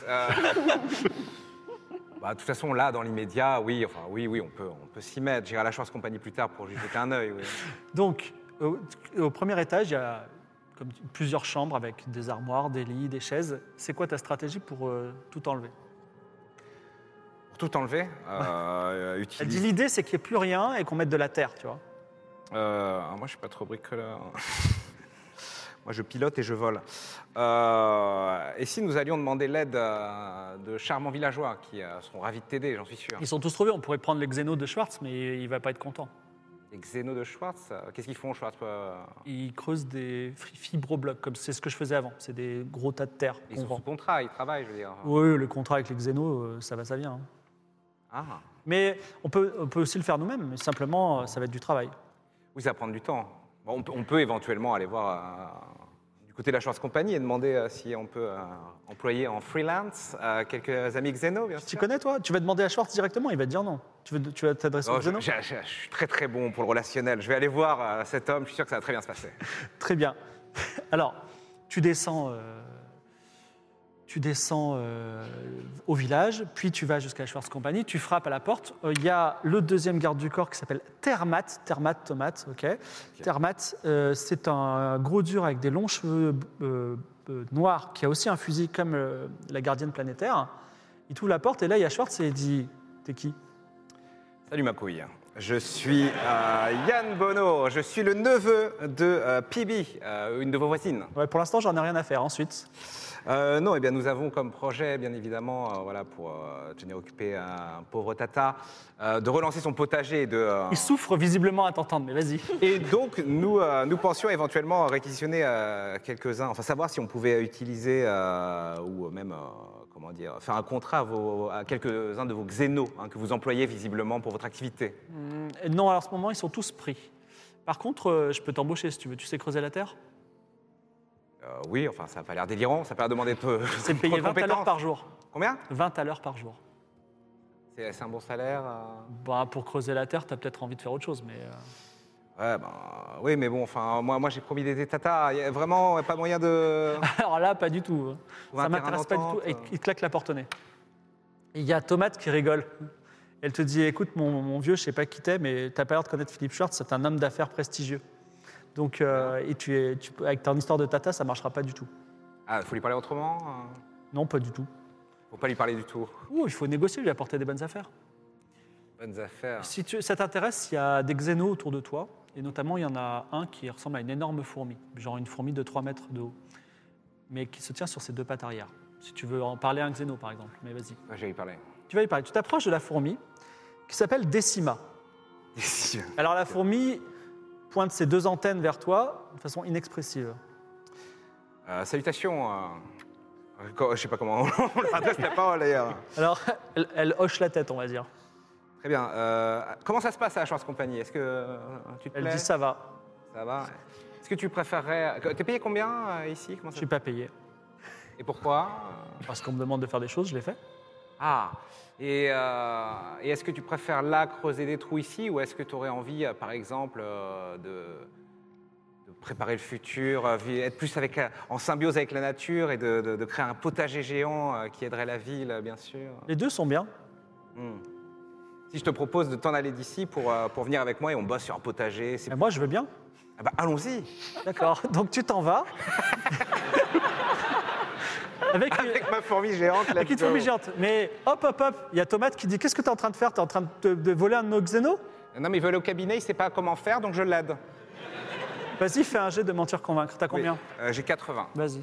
De toute façon, là, dans l'immédiat, oui, on peut s'y mettre. J'irai à la Schwartz Company plus tard pour juste jeter un œil. Oui. Donc, au premier étage, il y a comme plusieurs chambres avec des armoires, des lits, des chaises. C'est quoi ta stratégie pour tout enlever? Pour tout enlever, Elle dit l'idée, c'est qu'il n'y ait plus rien et qu'on mette de la terre, tu vois. Moi, je ne suis pas trop bricoleur. Moi, je pilote et je vole. Et si nous allions demander l'aide de charmants villageois qui seront ravis de t'aider, j'en suis sûr. Ils sont tous trouvés. On pourrait prendre les xénos de Schwartz, mais il ne va pas être content. Les xénos de Schwartz, qu'est-ce qu'ils font, Schwartz? Ils creusent des fibroblocs, comme c'est ce que je faisais avant. C'est des gros tas de terre. Ils sont sous contrat, ils travaillent, je veux dire. Oui, le contrat avec les xénos, ça va, ça vient. Mais on peut aussi le faire nous-mêmes, mais simplement, ça va être du travail. Oui, ça va prendre du temps. Bon, on peut éventuellement aller voir du côté de la Schwartz Company et demander si on peut employer en freelance quelques amis xénos, bien sûr. Tu connais, toi? Tu vas demander à Schwartz directement, il va te dire non. Tu vas t'adresser au xéno? Je suis très très bon pour le relationnel. Je vais aller voir cet homme, je suis sûr que ça va très bien se passer. Très bien. Alors, tu descends au village, puis tu vas jusqu'à la Schwartz Company, tu frappes à la porte. Il y a le deuxième garde du corps qui s'appelle Termat Tomate, ok. Termat, c'est un gros dur avec des longs cheveux noirs qui a aussi un fusil comme la gardienne planétaire. Il t'ouvre la porte et là, il y a Schwartz et il dit « T'es qui ?» Salut ma couille. Je suis Yann Bono, je suis le neveu de Pibi, une de vos voisines. Ouais, pour l'instant, j'en ai rien à faire. Ensuite, Non, eh bien, nous avons comme projet, bien évidemment, voilà, pour tenir occupé un pauvre Tata, de relancer son potager et de... Il souffre visiblement à t'entendre, mais vas-y. Et donc, nous pensions éventuellement réquisitionner quelques-uns, enfin savoir si on pouvait utiliser ou même, comment dire, faire un contrat à quelques-uns de vos xénos que vous employez visiblement pour votre activité. Non, alors, en ce moment, ils sont tous pris. Par contre, je peux t'embaucher si tu veux. Tu sais creuser la terre? Oui, enfin, ça n'a pas l'air délirant, ça n'a pas l'air demander de C'est payé 20 à l'heure par jour. Combien? 20 à l'heure par jour. C'est un bon salaire Bah, pour creuser la terre, tu as peut-être envie de faire autre chose, mais... Ouais, ben, oui, mais bon, enfin, moi j'ai promis des tatas. Il n'y a vraiment pas moyen de... Alors là, pas du tout. Trouver Ça un terrain m'intéresse pas du tout. d'entente. Et il te claque la porte au nez. Et il y a Tomate qui rigole. Elle te dit, écoute, mon vieux, je sais pas qui t'es, mais tu n'as pas l'air de connaître Philippe Schwartz, c'est un homme d'affaires prestigieux. Donc, et avec ton histoire de tata, ça ne marchera pas du tout. Ah, il faut lui parler autrement Non, pas du tout. Faut pas lui parler du tout. Ouh, il faut négocier, lui apporter des bonnes affaires. Bonnes affaires. Si ça t'intéresse, il y a des xénos autour de toi, et notamment, il y en a un qui ressemble à une énorme fourmi, genre une fourmi de 3 mètres de haut, mais qui se tient sur ses 2 pattes arrière. Si tu veux en parler à un xéno, par exemple, mais vas-y. Ouais, je vais lui parler. Tu vas y parler. Tu t'approches de la fourmi, qui s'appelle Décima. Alors la fourmi pointe ses 2 antennes vers toi de façon inexpressive. Salutations. Je sais pas comment on leur adresse la parole d'ailleurs. Alors elle hoche la tête, on va dire. Très bien. Comment ça se passe à la Schwartz Company? Est-ce que tu te Elle plais? dit ça va. Ça va. Est-ce que tu préférerais... T'es payé combien ici? Comment Je ça... suis pas payé. Et pourquoi? Parce qu'on me demande de faire des choses, je les fais. Ah. Et est-ce que tu préfères là creuser des trous ici ou est-ce que tu aurais envie, par exemple, de préparer le futur, être plus en symbiose avec la nature et de créer un potager géant qui aiderait la ville, bien sûr? Les 2 sont bien. Si je te propose de t'en aller d'ici pour venir avec moi et on bosse sur un potager, c'est... Et moi, je veux bien. Ah bah, allons-y. D'accord. Donc tu t'en vas. Avec ma fourmi géante. avec une fourmi géante. Mais hop, il y a Tomate qui dit, qu'est-ce que tu es en train de faire? Tu es en train de voler un de nos xénos? Non, mais il veut aller au cabinet, il ne sait pas comment faire, donc je l'aide. Vas-y, fais un jet de mentir-convaincre. T'as combien? Oui, j'ai 80. Vas-y.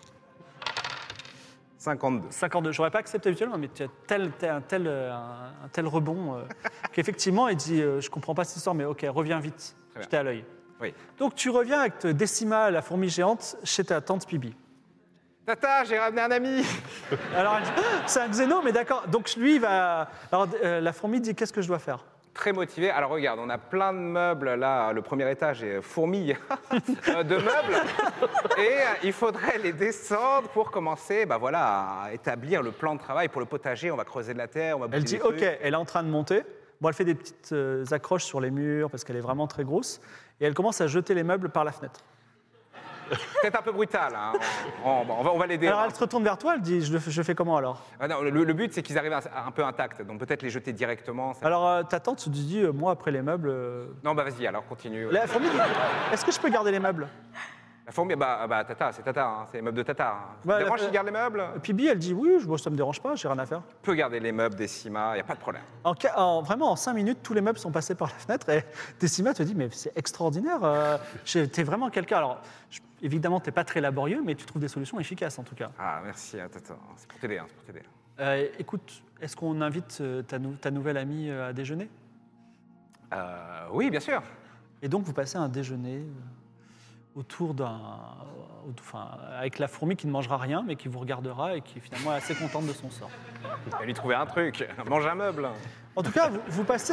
52. 52. J'aurais pas accepté habituellement, mais tu as un tel rebond qu'effectivement, il dit je comprends pas cette histoire, mais ok, reviens vite. Très bien. J'étais à l'œil. Oui. Donc tu reviens avec Décima, la fourmi géante, chez ta tante Pibi. Tata, j'ai ramené un ami. Alors elle dit c'est un xéno, mais d'accord. Donc lui, il va. Alors la fourmi dit qu'est-ce que je dois faire? Très motivé. Alors regarde, on a plein de meubles là. Le premier étage est fourmille de meubles. Et il faudrait les descendre pour commencer voilà, à établir le plan de travail pour le potager. On va creuser de la terre, on va Elle bouger dit des ok, trucs. elle est en train de monter. Bon, elle fait des petites accroches sur les murs parce qu'elle est vraiment très grosse. Et elle commence à jeter les meubles par la fenêtre. Peut-être un peu brutal. Hein. On va l'aider. Alors elle se retourne vers toi, elle dit je fais comment alors? Ah non, le but, c'est qu'ils arrivent un peu intacts. Donc peut-être les jeter directement. Ça... Alors ta tante se dit moi après les meubles. Non, bah vas-y, alors continue. La fourmi dit est-ce que je peux garder les meubles? La fourmi, Tata, c'est Tata, hein, c'est les meubles de Tata. Hein. Ça Bah, te dérange la- s'il garde les meubles? Pibi, elle dit oui, ça me dérange pas, j'ai rien à faire. Tu peux garder les meubles, Décima, il n'y a pas de problème. Vraiment, en 5 minutes, tous les meubles sont passés par la fenêtre et Décima te dit mais c'est extraordinaire, t'es vraiment quelqu'un. Alors, évidemment, t'es pas très laborieux, mais tu trouves des solutions efficaces en tout cas. Ah, merci, Tata, c'est pour t'aider, c'est pour t'aider. Écoute, est-ce qu'on invite ta nouvelle amie à déjeuner? Oui, bien sûr. Et donc, vous passez un déjeuner autour avec la fourmi qui ne mangera rien, mais qui vous regardera et qui finalement est assez contente de son sort. On va lui trouver un truc, mange un meuble. En tout cas, vous passez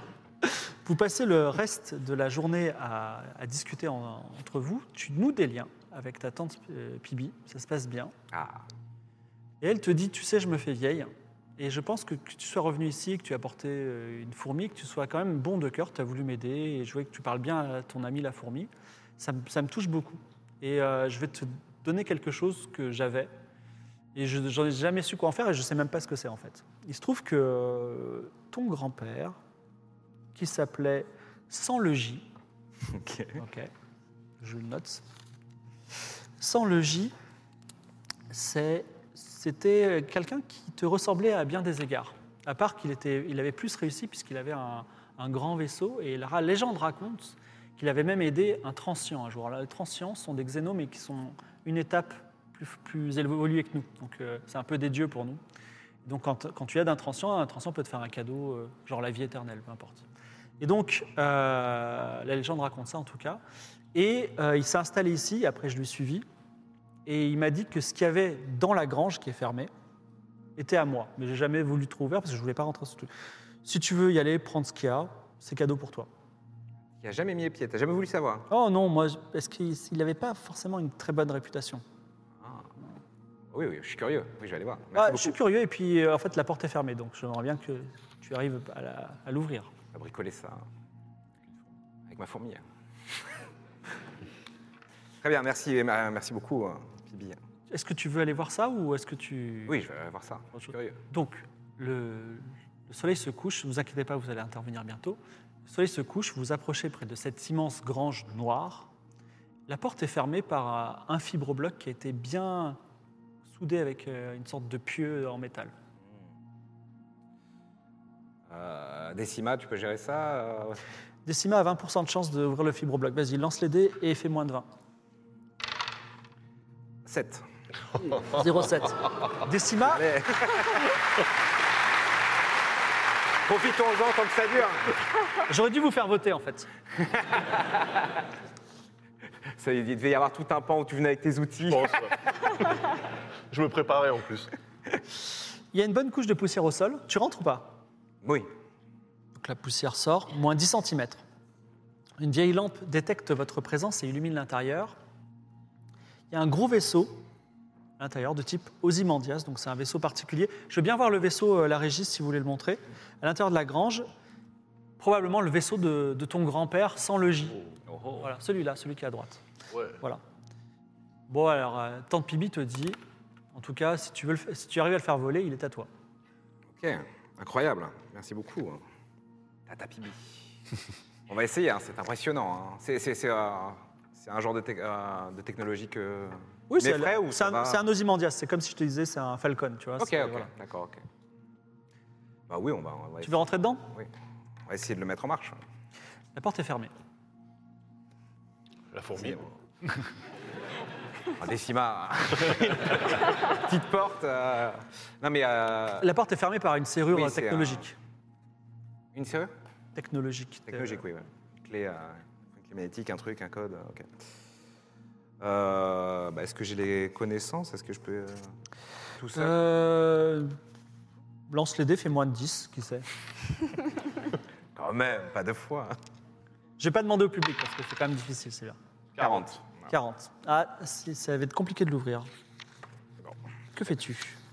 le reste de la journée à discuter entre vous. Tu noues des liens avec ta tante Pibi, ça se passe bien. Ah, Et elle te dit, tu sais, je me fais vieille. Et je pense que tu sois revenu ici, que tu as apporté une fourmi, que tu sois quand même bon de cœur, tu as voulu m'aider, et je vois que tu parles bien à ton ami la fourmi. Ça me touche beaucoup. Et je vais te donner quelque chose que j'avais. Et j'en ai jamais su quoi en faire, et je ne sais même pas ce que c'est en fait. Il se trouve que ton grand-père, qui s'appelait Sans le J, ok, je le note, Sans le J, c'était quelqu'un qui te ressemblait à bien des égards. À part qu'il avait plus réussi puisqu'il avait un grand vaisseau. Et la légende raconte qu'il avait même aidé un transcient un jour. Alors, les transients sont des xénos, mais qui sont une étape plus évolués que nous. Donc c'est un peu des dieux pour nous. Donc quand tu aides un transcendant peut te faire un cadeau, genre la vie éternelle, peu importe. Et donc, la légende raconte ça en tout cas. Et il s'est installé ici, après je l'ai suivi, et il m'a dit que ce qu'il y avait dans la grange qui est fermée était à moi. Mais j'ai jamais voulu trop ouvert parce que je voulais pas rentrer sur tout. Si tu veux y aller, prendre ce qu'il y a, c'est cadeau pour toi. Il n'a jamais mis les pieds, t'as jamais voulu savoir? Oh non, moi, parce qu'il n'avait pas forcément une très bonne réputation. Oui, je suis curieux. Oui, je vais aller voir. Je suis curieux, et puis en fait, la porte est fermée, donc j'aimerais bien que tu arrives à l'ouvrir. On va bricoler ça avec ma fourmi. Très bien, merci beaucoup, Pibi. Est-ce que tu veux aller voir ça, ou est-ce que tu... Oui, je vais aller voir ça. Je suis curieux. Donc, le soleil se couche, ne vous inquiétez pas, vous allez intervenir bientôt. Le soleil se couche, vous approchez près de cette immense grange noire. La porte est fermée par un fibrobloc qui a été bien soudé avec une sorte de pieu en métal. Décima, tu peux gérer ça Décima a 20% de chance d'ouvrir le fibrobloc. Vas-y, lance les dés et fais moins de 20. 7. 0,7. Décima. Allez. Profitons-en tant que ça dure. J'aurais dû vous faire voter, en fait. Ça, il devait y avoir tout un pan où tu venais avec tes outils. Je pense, ouais. Je me préparais en plus. Il y a une bonne couche de poussière au sol. Tu rentres ou pas? Oui. Donc la poussière sort, moins 10 cm. Une vieille lampe détecte votre présence et illumine l'intérieur. Il y a un gros vaisseau à l'intérieur de type Ozymandias, donc c'est un vaisseau particulier. Je veux bien voir le vaisseau, la régie, si vous voulez le montrer. À l'intérieur de la grange, probablement le vaisseau de ton grand-père sans le J. Voilà, celui-là, celui qui est à droite. Ouais. Voilà. Bon, alors, Tante Pibi te dit, en tout cas, si tu arrives à le faire voler, il est à toi. Ok, incroyable. Merci beaucoup. Tata Pibi. On va essayer, hein, c'est impressionnant. Hein. C'est un genre de technologie que... Oui, c'est un Ozymandias. C'est comme si je te disais, c'est un Falcon, tu vois. Ok, voilà. D'accord, ok. Bah oui, on va Tu essayer. veux rentrer dedans? Oui. On va essayer de le mettre en marche. La porte est fermée. La fourmi. Décima. Petite porte. Non mais. La porte est fermée par une serrure Oui, c'est technologique. Une serrure Technologique. Technologique, oui. Clé magnétique, un truc, un code. Ok. Est-ce que j'ai les connaissances? Est-ce que je peux tout ça Lance les dés, fais moins de 10, qui sait. Quand même, pas deux fois. Je vais pas demander au public parce que c'est quand même difficile, c'est là. 40. 40. Ah, ça va être compliqué de l'ouvrir. Que fais-tu?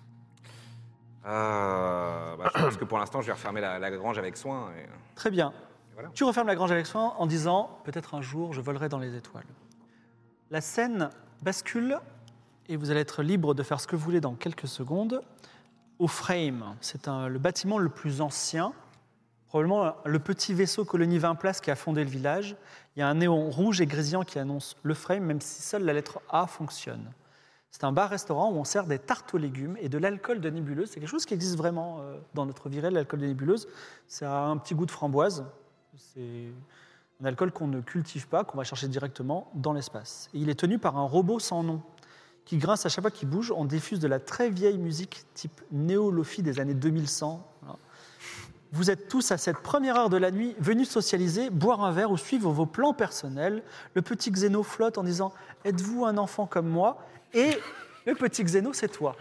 Je pense que pour l'instant, je vais refermer la grange avec soin. Très bien. Voilà. Tu refermes la grange avec soin en disant « Peut-être un jour, je volerai dans les étoiles ». La scène bascule et vous allez être libre de faire ce que vous voulez dans quelques secondes. Au Frame, c'est le bâtiment le plus ancien, probablement le petit vaisseau colonie 20 places qui a fondé le village. Il y a un néon rouge et grésillant qui annonce le Frame, même si seule la lettre A fonctionne. C'est un bar-restaurant où on sert des tartes aux légumes et de l'alcool de nébuleuse. C'est quelque chose qui existe vraiment dans notre vie réelle, l'alcool de nébuleuse. Ça a un petit goût de framboise. C'est un alcool qu'on ne cultive pas, qu'on va chercher directement dans l'espace. Et il est tenu par un robot sans nom qui grince à chaque fois qu'il bouge. On diffuse de la très vieille musique type néo-lofi des années 2100. Voilà. Vous êtes tous à cette première heure de la nuit venus socialiser, boire un verre ou suivre vos plans personnels. Le petit Xéno flotte en disant « Êtes-vous un enfant comme moi ?» Et le petit Xéno, c'est toi.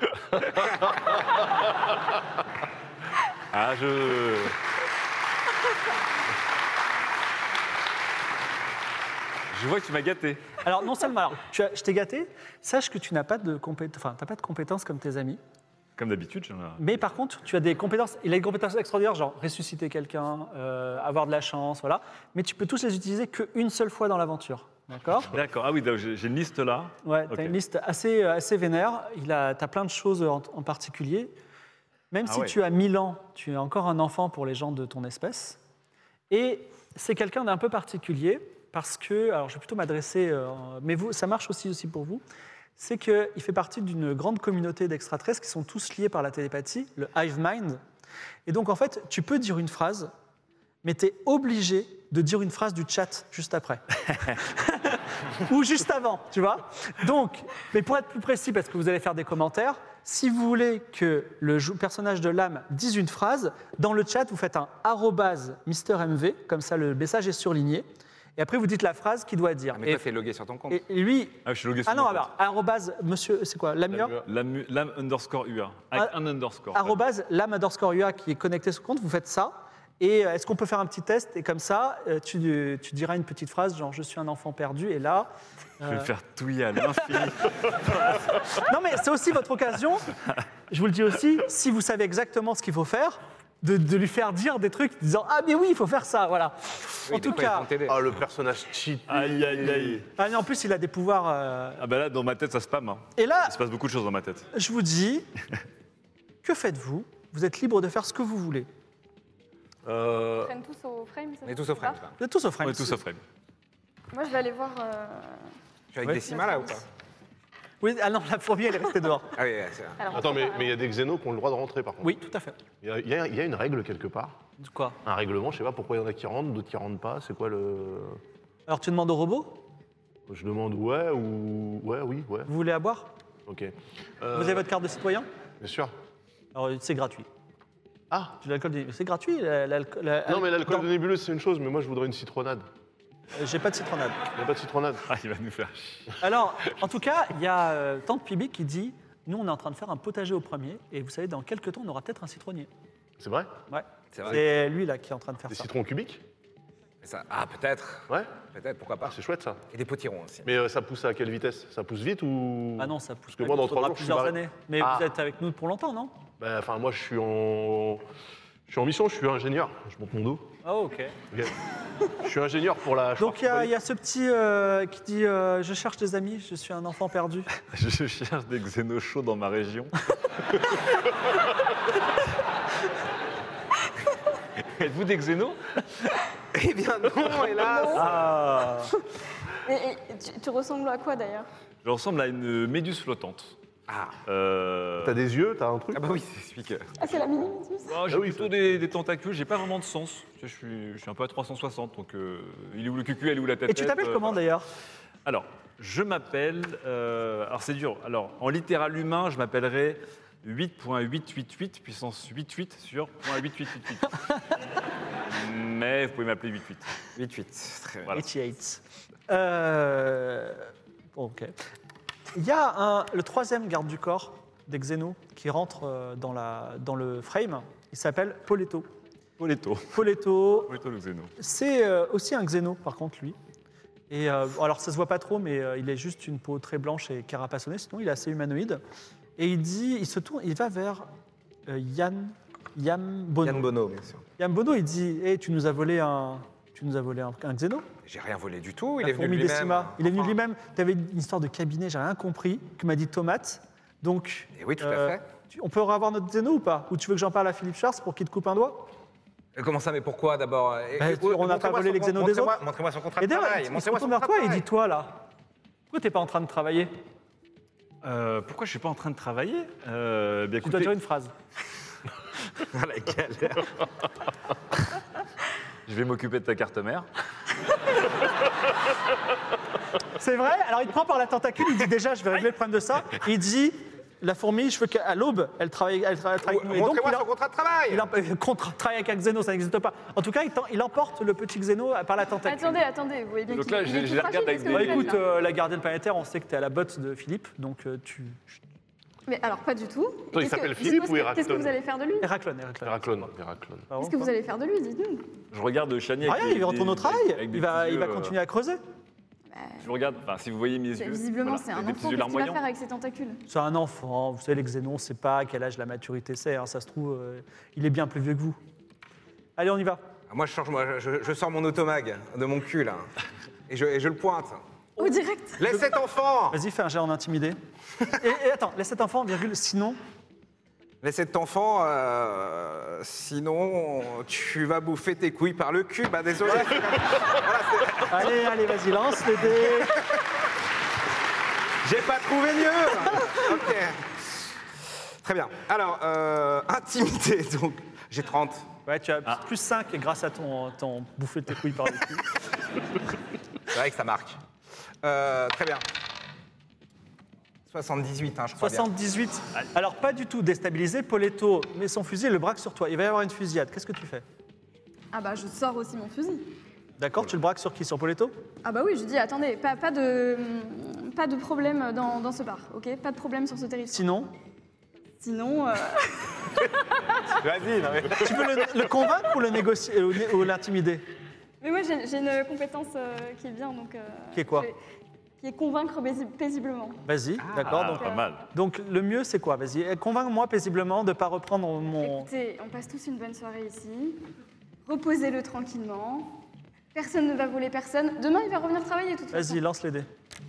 Je vois que tu m'as gâté. Alors, non seulement, je t'ai gâté, sache que tu n'as pas de compétences comme tes amis. Comme d'habitude, j'en ai. Mais par contre, tu as des compétences. Il a des compétences extraordinaires, genre ressusciter quelqu'un, avoir de la chance, voilà. Mais tu peux tous les utiliser qu'une seule fois dans l'aventure. D'accord? D'accord. Ah oui, j'ai une liste là. Ouais, tu as Ok. une liste assez vénère. Tu as plein de choses en particulier. Même si tu as 1000 ans, tu es encore un enfant pour les gens de ton espèce. Et c'est quelqu'un d'un peu particulier parce que, alors je vais plutôt m'adresser, mais vous, ça marche aussi pour vous, c'est qu'il fait partie d'une grande communauté d'extraterrestres qui sont tous liés par la télépathie, le Hive Mind. Et donc en fait, tu peux dire une phrase, mais tu es obligé de dire une phrase du chat juste après. Ou juste avant, tu vois. Donc, mais pour être plus précis, parce que vous allez faire des commentaires, si vous voulez que le personnage de l'âme dise une phrase, dans le chat, vous faites un @MrMV, comme ça le message est surligné. Et après, vous dites la phrase qu'il doit dire. Mais toi, t'es logué sur ton compte. Et lui. Ah, je suis logué sur Ah non, mon alors, arrobase, monsieur, c'est quoi, Lamia Lame_UA, avec un underscore. Arrobase lame_UA qui est connecté sur le compte, vous faites ça. Et est-ce qu'on peut faire un petit test? Et comme ça, tu diras une petite phrase, genre « Je suis un enfant perdu », et là... Je vais le faire touiller à l'infini. Non, mais c'est aussi votre occasion, je vous le dis aussi, si vous savez exactement ce qu'il faut faire, de lui faire dire des trucs disant « Ah, mais oui, il faut faire ça », voilà. Oui, En tout cas... Ah, le personnage cheat. Aïe, aïe, aïe. Ah, mais en plus, il a des pouvoirs... Ah bah là, dans ma tête, ça spam. Hein. Et là, Il se passe beaucoup de choses dans ma tête. je vous dis, que faites-vous? Vous êtes libre de faire ce que vous voulez. Ils prennent tous au frame, ça On est tous au frame. va là. Vous êtes tous au frame. On est tous au frame. Moi, je vais aller voir. Je suis avec Ouais. Décima là ou pas? Oui, ah non, la fourmi, elle est restée dehors. Ah oui, ouais, c'est vrai. Alors, Attends, on mais va- il y a des xénos qui ont le droit de rentrer, par contre. Oui, tout à fait. Il y a une règle quelque part. Quoi? Un règlement, je sais pas pourquoi il y en a qui rentrent, d'autres qui rentrent pas. C'est quoi le. Alors, tu demandes au robot? Je demande ouais ou. Ouais, oui, ouais. Vous voulez à boire? Ok. Vous avez votre carte de citoyen? Bien sûr. Alors, c'est gratuit. Ah De l'alcool de... C'est gratuit, l'alcool... Non, mais l'alcool Non, de nébuleuse, c'est une chose, mais moi, je voudrais une citronnade. J'ai pas de citronnade. Il n'y a pas de citronnade. Ah, il va nous faire chier. Alors, en tout cas, il y a Tante Pibi qui dit « Nous, on est en train de faire un potager au premier, et vous savez, dans quelques temps, on aura peut-être un citronnier. C'est vrai » Ouais. C'est vrai. C'est lui, là, qui est en train de faire Des ça. citrons cubiques Mais ça- Ah, peut-être. Ouais. Peut-être, pourquoi Ah, pas. c'est chouette, ça. Et des potirons aussi. Mais ça pousse à quelle vitesse? Ça pousse vite ou. Ah non, ça pousse Parce que pas moi, dans vite, 3 faudra jours, je suis plusieurs barré. années. Mais Ah. vous êtes avec nous pour longtemps, non? Ben, enfin, moi, je suis en mission, je suis ingénieur. Je monte mon dos. Ah, ok. Ok. Je suis ingénieur pour la. Donc, il y a ce petit qui dit Je cherche des amis, je suis un enfant perdu. Je cherche des xénos chauds dans ma région. Êtes-vous des xénos? Eh bien non, hélas. Ah. Et tu ressembles à quoi d'ailleurs? Je ressemble à une méduse flottante. Ah. T'as des yeux, t'as un truc? Ah bah oui, c'est celui que... Ah, c'est la mini-méduse. J'ai Ah oui, plutôt des tentacules, j'ai pas vraiment de sens. Je suis un peu à 360, donc il est où le cucu, elle est où la tête? Et tu t'appelles comment d'ailleurs? Alors, je m'appelle... alors c'est dur. Alors, en littéral humain, je m'appellerais 8.888 puissance 88 sur .8888. Mais vous pouvez m'appeler 88. 8-8. Très bien. Voilà. 88. Ok. Il y a le troisième garde du corps des Xénos qui rentre dans le frame. Il s'appelle Poletto. Poletto. Poletto, Poletto le xéno. c'est aussi un Xéno par contre lui. Et alors ça se voit pas trop, mais il a juste une peau très blanche et carapassonnée. Sinon il est assez humanoïde. Et il se tourne, il va vers Yann Bono. Yann Bono, bien sûr. Yann Bono, il dit hey, tu nous as volé un Xéno? J'ai rien volé du tout, il La est venu de fourmi lui-même. Décima. Il est venu de Enfin, lui-même. Tu avais une histoire de cabinet, j'ai rien compris, que m'a dit Tomate. Donc, Et oui, tout à fait. on peut revoir notre Xéno ou pas? Ou tu veux que j'en parle à Philippe Charles pour qu'il te coupe un doigt? Comment ça, mais pourquoi d'abord on n'a pas volé les xénos des autres. Montrez-moi son contrat Et de d'ailleurs, travail. il se Montrez-moi son retourne vers contrat toi de et il dit travail. toi là, pourquoi t'es pas en train de travailler? Pourquoi je suis pas en train de travailler? Bien, Tu dois écoutez, dire une phrase. Ah, la galère. je vais m'occuper de ta carte mère. C'est vrai? Alors il te prend par la tentacule, il dit déjà je vais régler le problème de ça. Il dit la fourmi, je veux qu'à l'aube, elle travaille avec nous. Et donc Montrez-moi son contrat de travail. travaille avec un Xéno, ça n'existe pas. En tout cas, il emporte le petit Xéno par la tentacule. Attendez, vous voyez bien Donc qu'il là, il je est les tout regarde fragile, avec qu'est-ce des- que Bah, vous faites, écoute, là la gardienne planétaire, on sait que t'es à la botte de Philippe, donc tu... Mais alors, pas du tout. il Qu'est-ce s'appelle que- Philippe ou Qu'est-ce que Héraclone? vous allez faire de lui? Héraclone. Héraclone. Qu'est-ce que vous allez faire de lui, dites-nous. Je regarde Chani avec Rien, des- il retourne au des- travail, avec des il va petits yeux, continuer à creuser. Je regarde, enfin, si vous voyez mes yeux. Visiblement, voilà, c'est un des petits enfant. yeux Qu'est-ce qu'il va larmoyants. faire avec ses tentacules? C'est un enfant, vous savez, les Xénons, on ne sait pas à quel âge la maturité c'est, hein, ça se trouve, il est bien plus vieux que vous. Allez, on y va. Ah, moi, je sors mon automag de mon cul, là. Et je le pointe. Au direct. Laisse cet enfant. Vas-y, fais un jet en intimidé. et attends, laisse cet enfant, virgule, sinon... Laisse cet enfant, sinon tu vas bouffer tes couilles par le cul. Bah désolé. Allez, vas-y, lance les dés. J'ai pas trouvé mieux. Ok. Très bien. Alors, intimité, donc. J'ai 30. Ouais, tu as plus 5 grâce à ton bouffé de tes couilles par le cul. C'est vrai que ça marque. Très bien. 78, hein, je crois bien. 78. Alors, pas du tout déstabilisé. Poletto met son fusil et le braque sur toi. Il va y avoir une fusillade. Qu'est-ce que tu fais? Ah bah je sors aussi mon fusil. D'accord, tu le braques sur qui? Sur Poletto? Ah bah oui, je dis attendez, pas de problème dans ce bar, ok? Pas de problème sur ce territoire. Sinon, Vas-y, non mais... tu peux le convaincre ou le négocier ou l'intimider? Mais moi j'ai une compétence qui est bien donc. Qui est quoi? Qui est convaincre paisiblement. Vas-y, d'accord. Donc, Pas mal. donc, le mieux, c'est quoi? Vas-y, convainc-moi paisiblement de ne pas reprendre mon... Écoutez, on passe tous une bonne soirée ici. Reposez-le tranquillement. Personne ne va voler personne. Demain, il va revenir travailler de toute façon. Vas-y, lance les dés.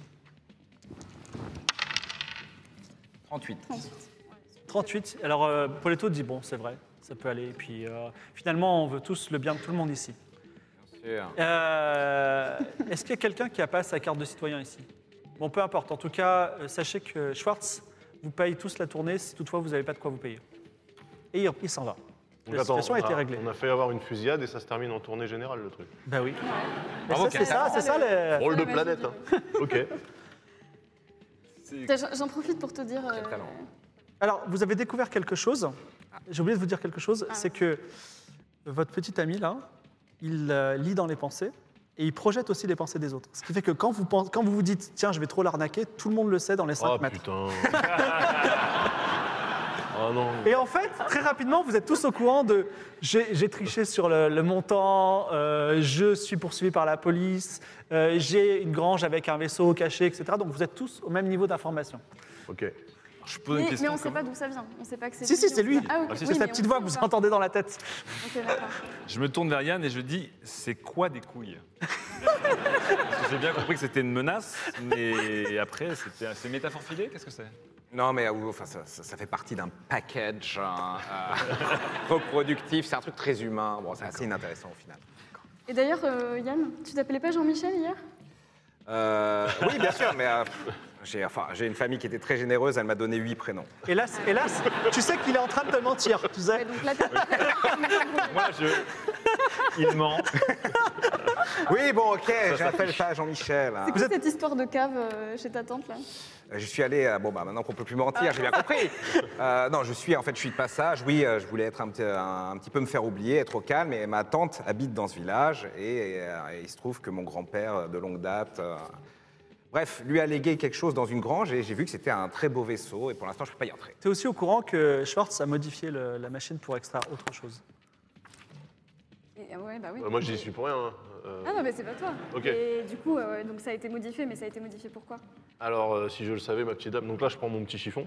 38. 38. Alors, Poletto dit, bon, c'est vrai, ça peut aller. Et puis, finalement, on veut tous le bien de tout le monde ici. Bien sûr. Est-ce qu'il y a quelqu'un qui n'a pas sa carte de citoyen ici? Bon, peu importe. En tout cas, sachez que Schwartz vous paye tous la tournée si toutefois vous n'avez pas de quoi vous payer. Et il s'en va. Donc, La attends, situation a été réglée. On a fait avoir une fusillade et ça se termine en tournée générale, le truc. Ben oui. Mais Bravo, ça, c'est ça, les... Rôle de la magie planète, du hein. Ok. Tiens, j'en profite pour te dire. Quel talent. Alors, vous avez découvert quelque chose. J'ai oublié de vous dire quelque chose. C'est que votre petit ami, là, il lit dans les pensées et il projette aussi les pensées des autres. Ce qui fait que quand vous vous dites « Tiens, je vais trop l'arnaquer », tout le monde le sait dans les 5 Oh mètres. putain. Oh non. Et en fait, très rapidement, vous êtes tous au courant de « J'ai triché sur le montant, je suis poursuivi par la police, j'ai une grange avec un vaisseau caché, etc. » Donc vous êtes tous au même niveau d'information. Ok. Je pose une Mais question. on ne sait pas d'où ça vient. On ne sait pas que c'est. Si, c'est lui. Ah, ok. C'est Oui, sa mais petite on voix sait que vous ou pas entendez dans la tête. Ok, d'accord. Je me tourne vers Yann et je dis, c'est quoi des couilles? Parce que j'ai bien compris que c'était une menace, mais après, c'est une métaphore filée? Qu'est-ce que c'est? Non, mais enfin, ça fait partie d'un package reproductif. C'est un truc très humain. Bon, c'est assez inintéressant au final. Et d'ailleurs, Yann, tu t'appelais pas Jean-Michel hier? Oui, bien sûr, mais j'ai une famille qui était très généreuse. Elle m'a donné 8 prénoms. Hélas, tu sais qu'il est en train de te mentir, tu sais. Ouais, donc là, Moi, il ment. Oui, bon, ok, je m'appelle pas Jean-Michel. hein. c'est quoi cette histoire de cave chez ta tante là? Je suis allé, maintenant qu'on peut plus mentir, j'ai bien compris. Non, je suis de passage. Oui, je voulais être un petit peu me faire oublier, être au calme. Et ma tante habite dans ce village et il se trouve que mon grand-père de longue date, bref, lui a légué quelque chose dans une grange et j'ai vu que c'était un très beau vaisseau et pour l'instant je peux pas y entrer. Tu es aussi au courant que Schwartz a modifié la machine pour extraire autre chose. Ouais, bah oui. Moi, j'y suis pour rien. hein. Ah non, mais c'est pas toi. Ok. Et du coup, donc ça a été modifié, mais ça a été modifié pourquoi? Alors, si je le savais, ma petite dame. Donc là, je prends mon petit chiffon.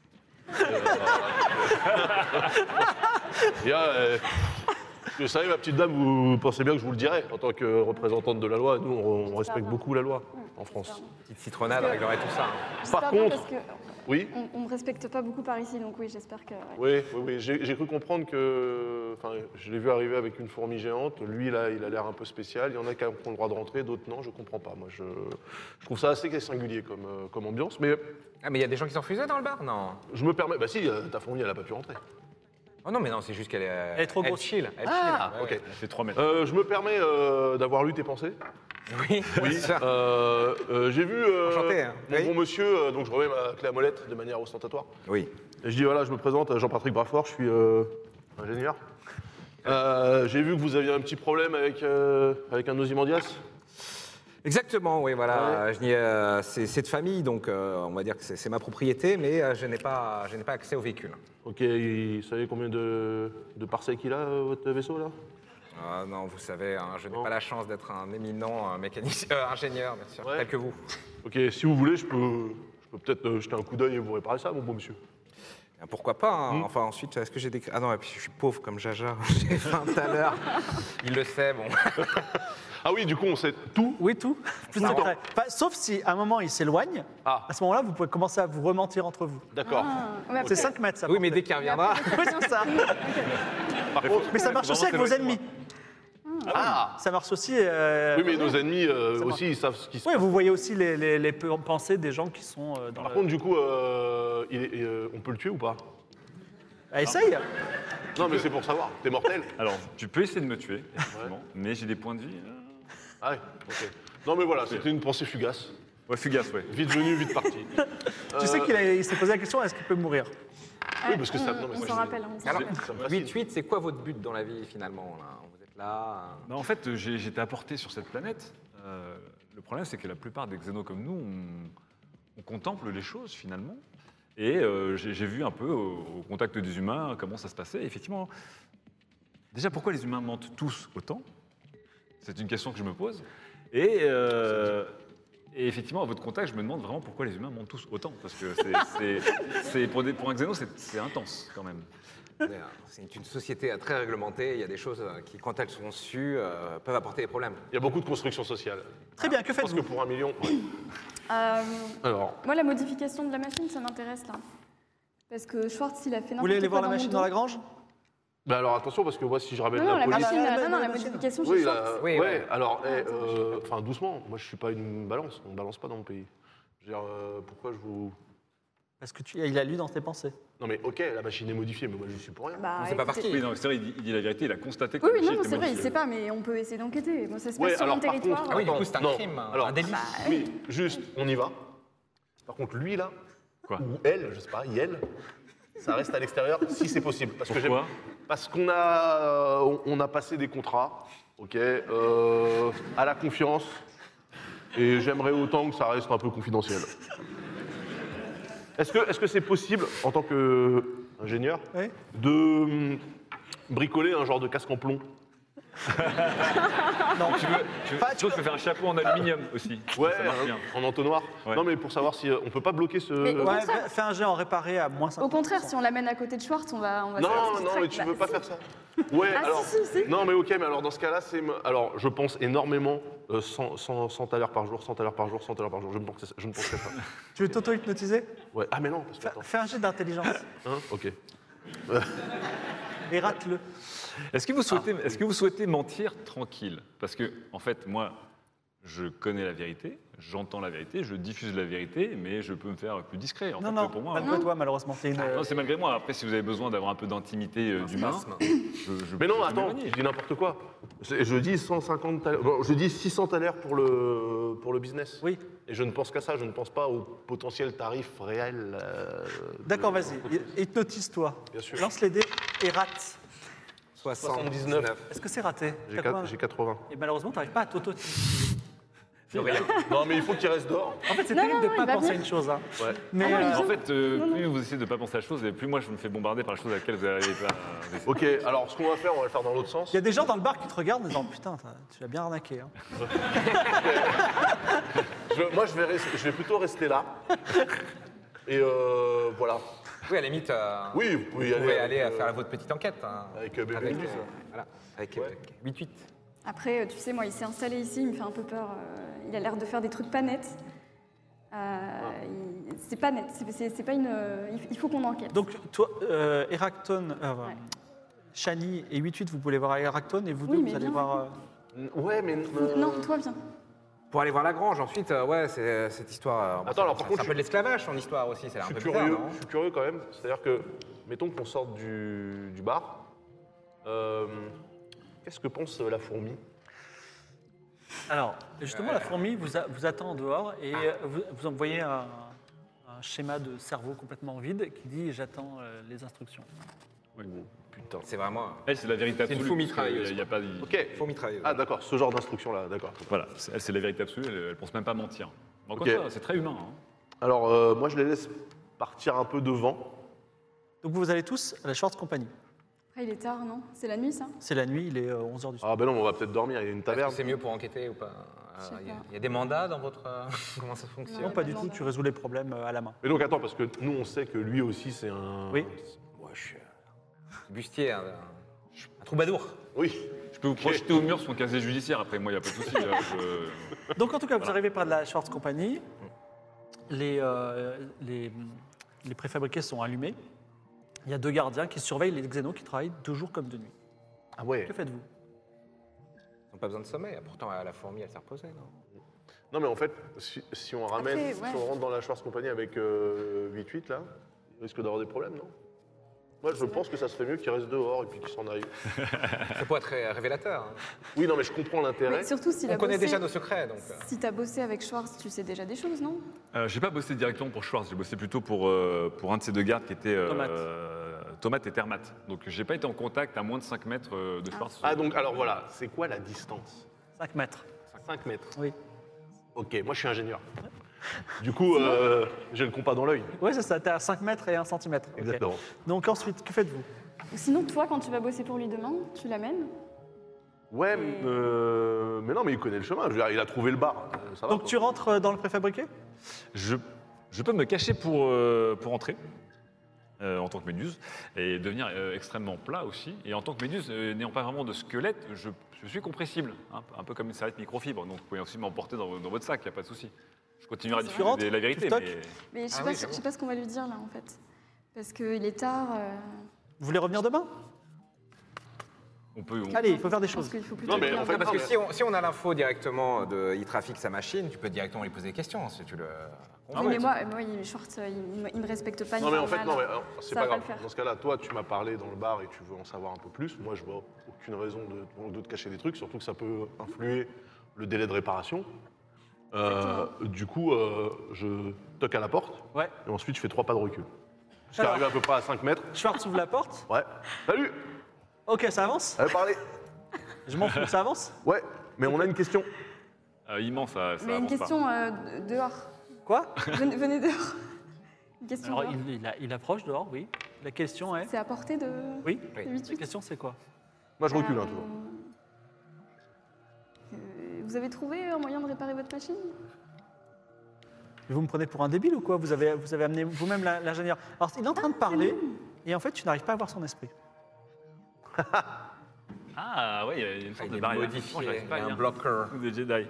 Et là, je savais, ma petite dame, vous pensez bien que je vous le dirais. En tant que représentante de la loi, nous, on respecte beaucoup la loi en France. Petite citronnade réglerait tout ça. hein. J'espère bien contre- parce que Oui, on me respecte pas beaucoup par ici, donc oui, j'espère que. Ouais. oui. J'ai cru comprendre que. Enfin, je l'ai vu arriver avec une fourmi géante. Lui, là, il a l'air un peu spécial. Il y en a qui ont le droit de rentrer, d'autres non. Je comprends pas. Moi, je trouve ça assez singulier comme ambiance. Mais Ah, mais il y a des gens qui sont refusés dans le bar? Non. je me permets. Bah, si, ta fourmi, elle a pas pu rentrer. Oh non, mais non, c'est juste qu'elle est. Elle est trop grosse. chill. Elle chill. Ah, Ouais, ok. ouais. Elle fait 3 mètres. Je me permets d'avoir lu tes pensées. Oui, Oui. bien sûr. J'ai vu Enchanté, hein. mon Oui. bon monsieur, donc je remets ma clé à molette de manière ostentatoire. Oui. Et je dis voilà, je me présente, Jean-Patrick Brafort, je suis ingénieur. J'ai vu que vous aviez un petit problème avec un Ozymandias. Exactement, oui, voilà. C'est de famille, donc on va dire que c'est ma propriété, mais je n'ai pas accès au véhicule. Ok, vous savez combien de parsecs il a, votre vaisseau là? Ah non, vous savez, hein, je n'ai Non. pas la chance d'être un éminent mécanicien, ingénieur, bien sûr, Ouais. tel que vous. Ok, si vous voulez, je peux peut-être jeter un coup d'œil et vous réparer ça, mon bon monsieur. Pourquoi pas, hein. Enfin, ensuite, est-ce que j'ai des... Ah non, et puis je suis pauvre comme Jaja, j'ai faim tout à l'heure. Il le sait, bon. Ah oui, du coup, on sait tout. Oui, tout. Plus Non. secret. Enfin, sauf si à un moment il s'éloigne, Ah. à ce moment-là, vous pouvez commencer à vous rementir entre vous. D'accord. Ouais, C'est 5 mètres, ça. Oui, mais portée. dès qu'il reviendra... Oui, c'est ça. Par contre, Mais ça marche aussi avec vos ennemis. Ah Ça marche aussi. oui, mais nos ennemis aussi, ils savent ce qui se Oui, passe. vous voyez aussi les pensées des gens qui sont dans Par le... contre, du coup, on peut le tuer ou pas? Ah, essaye. Non, mais c'est pour savoir. T'es mortel? Alors, tu peux essayer de me tuer, effectivement, mais j'ai des points de vie. Ah ouais, ok. Non, mais voilà, c'était une pensée fugace. Ouais, fugace, ouais. Vite venu, vite parti. Tu sais qu'il s'est posé la question, est-ce qu'il peut mourir? Oui, parce que ça. Non, mais On moi, s'en rappelle. On s'en Alors, rappelle. ça me fascine. 8-8, c'est quoi votre but dans la vie finalement là? Vous êtes là. Bah, en fait, j'ai été apporté sur cette planète. Le problème, c'est que la plupart des xénos comme nous, on contemple les choses finalement. Et j'ai vu un peu au contact des humains comment ça se passait. Et effectivement, déjà, pourquoi les humains mentent tous autant? C'est une question que je me pose. Et effectivement, à votre contact, je me demande vraiment pourquoi les humains mentent tous autant. Parce que pour un xéno, c'est intense quand même. C'est une société très réglementée. Il y a des choses qui, quand elles sont sues, peuvent apporter des problèmes. Il y a beaucoup de construction sociale. Très bien, que Je pense que faites-vous? pour 1 million. Alors, Moi, la modification de la machine, ça m'intéresse là. Parce que Schwartz, il a fait n'importe quoi. Vous voulez aller voir la mon machine dos. dans la grange? bah alors attention, parce que moi, si je ramène Non, la la police. machine, Ah, non, la machine. modification chez Oui, Schwartz. Oui, ouais, ouais. alors, enfin, doucement. Moi, je suis pas une balance. On ne balance pas dans mon pays. Je veux dire, pourquoi je vous. Parce que il a lu dans tes pensées. Non, mais ok, la machine est modifiée, mais moi, je suis pour rien. Bah, C'est pas écoutez- parti. Oui, non, c'est vrai, il dit la vérité, il a constaté que Oui, la oui, machine non, était c'est vrai, il modifiée. sait pas, mais on peut essayer d'enquêter. Bon, ça se passe Ouais, sur alors mon par territoire. contre. Ah oui, du attends, coup, c'est un non, crime, alors, un délit. Oui, juste, on y va. Par contre, lui, là, Quoi? ou elle, je sais pas, elle, ça reste à l'extérieur si c'est possible. Parce que Pourquoi? Parce qu'on a passé des contrats, ok, à la confiance, et j'aimerais autant que ça reste un peu confidentiel. Est-ce que c'est possible, en tant qu'ingénieur, Oui. de bricoler un genre de casque en plomb? Non, Tu peux faire un chapeau en aluminium aussi. Ouais, ça marche bien. en entonnoir. Ouais. Non, mais pour savoir si on peut pas bloquer ce. Mais au Ouais, contraire. fais un jet en réparé à moins 50%. Au contraire, si on l'amène à côté de Schwartz, on va Non, savoir ce qui non, craque. mais tu Bah, veux pas si. faire ça. Ouais, Ah, alors. si. Non, mais ok, mais alors dans ce cas-là, alors je pense énormément 100 à l'heure par jour, 100 à l'heure par jour, 100 à l'heure par jour. Je ne penserai pas. Tu veux t'auto-hypnotiser? Ouais. Ah, mais non, parce que attends. Fais un jet d'intelligence Hein, ok. et rate-le. Est-ce que vous souhaitez mentir tranquille? Parce que, en fait, moi, je connais la vérité, j'entends la vérité, je diffuse la vérité, mais je peux me faire plus discret. En Non, fait, non, pour moi, malgré toi, malheureusement. C'est une. Non, c'est malgré moi. Après, si vous avez besoin d'avoir un peu d'intimité d'humain, Mais non, je peux attends, m'éloigner. je dis n'importe quoi. Je dis 150 talers. Bon, je dis 600 talers pour le business. Oui. Et je ne pense qu'à ça, je ne pense pas au potentiel tarif réel. D'accord, vas-y. Hypnotise-toi. Bien sûr. Lance les dés et rate. 79. Est-ce que c'est raté? J'ai 80. Et malheureusement, tu n'arrives pas à t'auto-hypnotiser. Non, mais il faut qu'il reste dehors. En fait, c'est Non, terrible de non, ne pas il va penser à bien. une chose. Hein. Ouais. Mais Ah non, il En vient. fait, plus vous essayez de ne pas penser à la chose, et plus moi je me fais bombarder par les choses à laquelle vous n'arrivez pas à Ok, alors ce qu'on va faire, on va le faire dans l'autre sens. il y a des gens dans le bar qui te regardent en disant putain, tu l'as bien arnaqué. Hein. Moi, je vais plutôt rester là. Et voilà. Oui, à la limite, Oui, vous pouvez y vous pouvez aller. aller faire votre petite enquête. Hein, avec Bébé avec, Louise. voilà, avec Ouais. 8-8. Après, tu sais, moi, il s'est installé ici, il me fait un peu peur. Il a l'air de faire des trucs pas nets. C'est pas net, c'est pas une. Il faut qu'on enquête. Donc, toi, Eracton, Shani et 8-8, vous pouvez voir Eracton et vous Oui, deux, mais vous allez viens. voir. Ouais, mais. Non, toi, viens. Pour aller voir la grange, ensuite, ouais, c'est cette histoire. Attends, alors, par c'est contre, un peu de l'esclavage, son histoire aussi. C'est un Je peu suis bizarre, curieux, non je suis curieux quand même. C'est-à-dire que, mettons qu'on sorte du bar. Qu'est-ce que pense la fourmi? Alors, justement, la fourmi vous attend dehors et vous envoyez un schéma de cerveau complètement vide qui dit j'attends les instructions. Putain. C'est vraiment. Elle, c'est la vérité C'est une absolue. faux parce que mitrailleuse, il y a pas. Ok. Faux mitrailleuse. Ah, d'accord, ce genre d'instruction-là, d'accord. Voilà, elle, c'est la vérité absolue. Elle pense même pas mentir. Mais encore Ok. une fois, c'est très humain. Hein. Alors, moi, je les laisse partir un peu devant. Donc, vous allez tous à la Schwartz Company. Après, il est tard, non? C'est la nuit, ça? C'est la nuit, il est 11h du soir. Ah, ben non, on va peut-être dormir, il y a une Est-ce taverne. que c'est mieux pour enquêter ou pas Je sais pas. Il y a des mandats dans votre. Comment ça fonctionne Non, Ouais, pas pas du de tout, mandat. tu résous les problèmes à la main. Mais donc, attends, parce que nous, on sait que lui aussi, c'est un. Oui. Ouais, je suis. Bustier, un troubadour. Oui. Je peux vous projeter au mur son casier judiciaire après, moi, il n'y a pas de souci. là, Donc, en tout cas, vous arrivez près de la Schwartz Company. Les préfabriqués sont allumés. Il y a 2 gardiens qui surveillent les xénos qui travaillent de jour comme de nuit. Ah ouais. Que faites-vous? Ils n'ont pas besoin de sommeil. Pourtant, la fourmi, elle s'est reposée, non Non, mais en fait, si on ramène, Après, ouais. si on rentre dans la Schwartz Company avec 8-8, là, il risque d'avoir des problèmes, non? Moi, je pense que ça serait mieux qu'il reste dehors et puis qu'il s'en aille. Ça pourrait être révélateur. Hein. Oui, non, mais je comprends l'intérêt. Mais surtout, s'il On a connaît bossé- déjà nos secrets, donc. Si t'as bossé avec Schwartz, tu sais déjà des choses, non? J'ai pas bossé directement pour Schwartz, j'ai bossé plutôt pour un de ces deux gardes qui était Tomate et Termate. Donc j'ai pas été en contact à moins de 5 mètres de Schwartz. Ah, donc, alors voilà, c'est quoi la distance? 5 mètres. 5 mètres. Oui. Ok, moi je suis ingénieur. Du coup, j'ai le compas dans l'œil. Oui, c'est ça, t'es à 5 mètres et 1 centimètre. Ok. Exactement. Donc ensuite, que faites-vous? Ou sinon, toi, quand tu vas bosser pour lui demain, tu l'amènes? Ouais, mais non, mais il connaît le chemin. Je veux dire, il a trouvé le bar. Ça va, Donc quoi. tu rentres dans le préfabriqué? Je peux me cacher pour entrer. En tant que méduse, et devenir extrêmement plat aussi. Et en tant que méduse, n'ayant pas vraiment de squelette, je suis compressible, hein, un peu comme une serviette microfibre. Donc vous pouvez aussi m'emporter dans votre sac, il n'y a pas de souci. Je continuerai à Tu diffuser rentres, la vérité, tu toques. mais Mais je sais Ah pas, oui, je j'avoue. sais pas ce qu'on va lui dire là en fait. Parce qu'il est tard. Vous voulez revenir demain? on peut... Allez, il faut faire des Je pense choses. qu'il faut plutôt. Non, mais lui en dire fait, Parce que demain. si on a l'info directement de il trafique sa machine, tu peux directement lui poser des questions si tu le. Oui, mais moi, Schwartz, il me respecte pas. Non, il mais me en fait, parle non, mal. mais c'est Ça pas va grave. le faire. Dans ce cas-là, toi, tu m'as parlé dans le bar et tu veux en savoir un peu plus. Moi, je vois aucune raison de te cacher des trucs, surtout que ça peut influer le délai de réparation. Du coup, je toque à la porte Ouais. et ensuite je fais 3 pas de recul. Jusqu'à Alors. arriver à peu près à 5 mètres. Schwartz ouvre la porte. Ouais. Salut. Ok, ça avance? Allez, parler. Je m'en fous, ça avance? Ouais, mais on a une question. immense, ça Mais une avance pas. question dehors. Quoi? Venez dehors. Une question Alors dehors. il approche dehors, oui. La question est... C'est à portée de Oui? Oui. 8-8. La question c'est quoi? Moi, je recule, hein, toujours. Vous avez trouvé un moyen de réparer votre machine? Vous me prenez pour un débile ou quoi? Vous avez amené vous-même l'ingénieur. Alors il est en train de parler et en fait tu n'arrives pas à voir son esprit. Ah ouais, il y a une sorte Il de est barrière. modifié, Moi, j'arrive pas il y à a un lire. bloqueur. Des Jedi.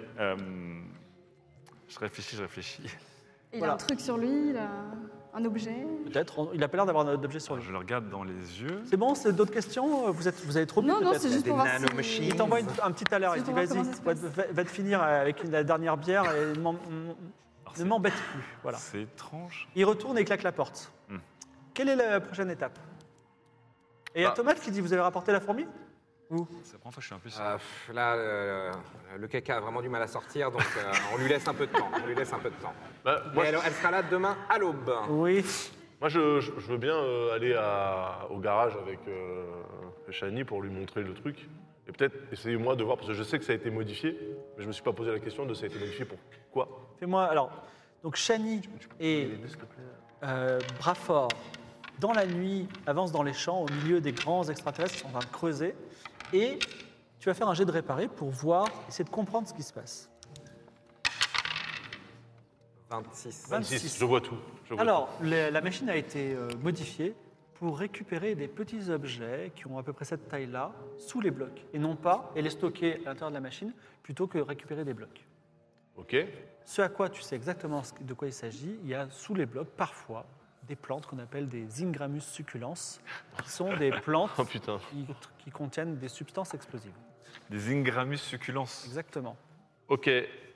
Je réfléchis. Et il Voilà. a un truc sur lui, il a un objet. Peut-être. Il a pas l'air d'avoir d'objet sur lui. Je le regarde dans les yeux. C'est bon, c'est d'autres questions? Vous avez trop bu Non, non, peut-être? c'est juste Des pour voir nanomachines. Il t'envoie un petit alerte, il C'est dit pour voir comment vas-y, ça se passe. va te finir avec la dernière bière et ne m'embête plus. Voilà. C'est étrange. Il retourne et claque la porte. Hmm. Quelle est la prochaine étape? Et il y a Bah. Tomate qui dit vous avez rapporté la fourmi? C'est la première fois que je suis un peu... Là, le caca a vraiment du mal à sortir, donc on lui laisse un peu de temps. Bah, Mais moi, elle sera là demain à l'aube. Oui. moi, je veux bien aller au garage avec Shani pour lui montrer le truc. Et peut-être essayer moi de voir, parce que je sais que ça a été modifié, mais je me suis pas posé la question de ça a été modifié pour quoi. Fais-moi alors. Donc Shani et Brafort, dans la nuit, avancent dans les champs au milieu des grands extraterrestres qui sont en train de creuser. Et tu vas faire un jet de réparer pour voir, essayer de comprendre ce qui se passe. 26. 26. Je vois tout. Je vois Alors, la machine a été modifiée pour récupérer des petits objets qui ont à peu près cette taille-là sous les blocs. Et non pas, et les stocker à l'intérieur de la machine, plutôt que récupérer des blocs. tout. Ok. Ce à quoi tu sais exactement de quoi il s'agit, il y a sous les blocs parfois des plantes qu'on appelle des Ingramus succulents, qui sont des plantes Oh putain. qui contiennent des substances explosives. Des Ingramus succulents. Exactement. Ok.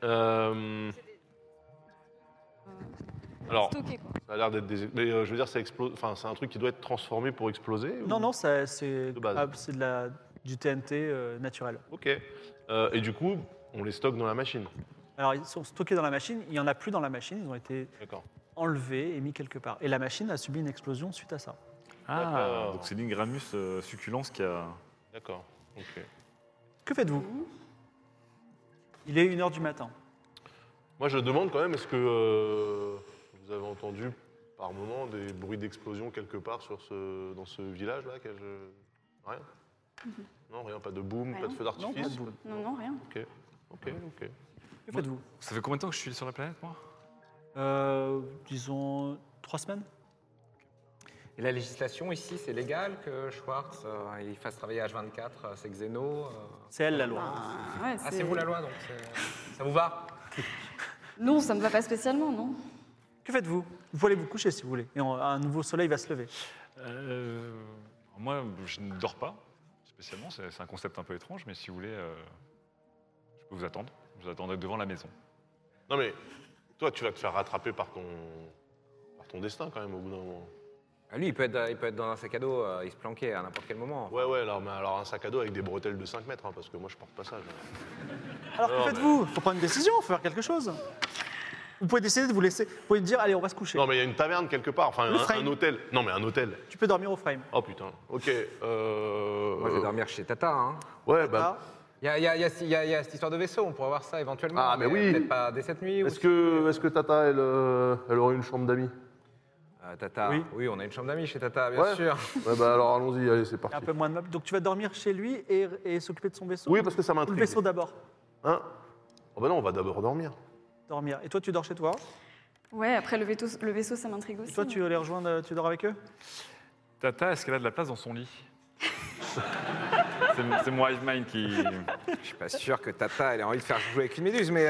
Alors, Stocké, quoi. ça a l'air d'être des. Mais je veux dire, ça explose. Enfin, c'est un truc qui doit être transformé pour exploser. ou- Non, non, c'est De base. c'est du TNT naturel. Ok. Et du coup, on les stocke dans la machine. Alors, ils sont stockés dans la machine, il n'y en a plus dans la machine, ils ont été D'accord. enlevés et mis quelque part. Et la machine a subi une explosion suite à ça. Ah, D'accord. donc c'est l'Ingramus succulents qui a... D'accord. Ok. Que faites-vous? Il est 1h du matin. Moi, je demande quand même, est-ce que vous avez entendu par moment des bruits d'explosion quelque part dans ce village-là Rien Non, rien, pas de boom, Rien. pas de feu d'artifice Non, pas de boom. Non, non, rien. Ok. Que faites-vous? Ça fait combien de temps que je suis sur la planète, moi? Disons 3 semaines. Et la législation ici, c'est légal que Schwartz il fasse travailler H24 ses xénos C'est elle la loi. Ouais, Ah, c'est vous la loi, donc ça vous va? Non, ça me va pas spécialement, non. Que faites-vous? Vous pouvez aller vous coucher si vous voulez. Et un nouveau soleil va se lever. Moi, je ne dors pas, spécialement. C'est un concept un peu étrange, mais si vous voulez, je peux vous attendre. Je vous attendrai devant la maison. Non, mais toi, tu vas te faire rattraper par ton destin quand même au bout d'un moment. Lui, il peut être dans un sac à dos, il se planquer à n'importe quel moment. Ouais, alors un sac à dos avec des bretelles de 5 mètres, hein, parce que moi je porte pas ça. Alors que faites-vous? Il faut prendre une décision, il faut faire quelque chose. Vous pouvez décider de vous laisser. Vous pouvez dire, allez, on va se coucher. Non, mais il y a une taverne quelque part, enfin un hôtel. Non, mais un hôtel. Tu peux dormir au frame. Oh putain, ok. Moi, je vais dormir chez Tata. Hein. Ouais, bah. Il y a cette histoire de vaisseau, on pourrait voir ça éventuellement. Ah, mais oui. Peut-être pas dès cette nuit. Est-ce que Tata, elle aurait une chambre d'amis? Tata, oui, on a une chambre d'amis chez Tata, bien Ouais. sûr. Ouais, bah alors allons-y, allez, c'est Il y a parti. un peu moins de meubles. Donc tu vas dormir chez lui et s'occuper de son vaisseau. Oui, parce que ça Ou le m'intrigue. vaisseau d'abord. Hein? Oh bah non, on va d'abord dormir. Dormir. Et toi, tu dors chez toi. Ouais, après le vaisseau, ça m'intrigue aussi. Et toi, tu veux les rejoindre, tu dors avec eux? Tata, est-ce qu'elle a de la place dans son lit? C'est mon hive mind qui... Je suis pas sûr que Tata, elle ait envie de faire jouer avec une méduse, mais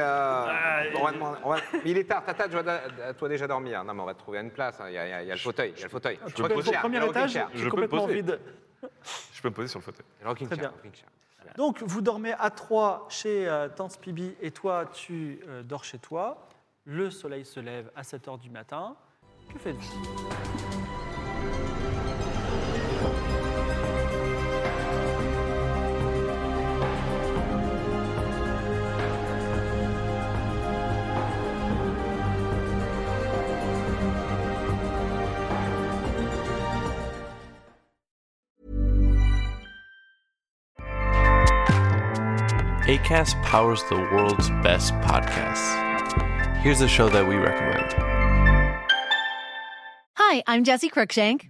il est tard. Tata, toi déjà dormir. Non, mais on va te trouver une place. Il y a le fauteuil. Tu peux au premier étage, Je c'est peux complètement poser. vide. Je peux me poser sur le fauteuil. Très bien. Donc, vous dormez à 3 chez Tante Pibi et toi, tu dors chez toi. Le soleil se lève à 7h du matin. Que faites-vous? Acast powers the world's best podcasts. Here's a show that we recommend. Hi, I'm Jesse Cruikshank.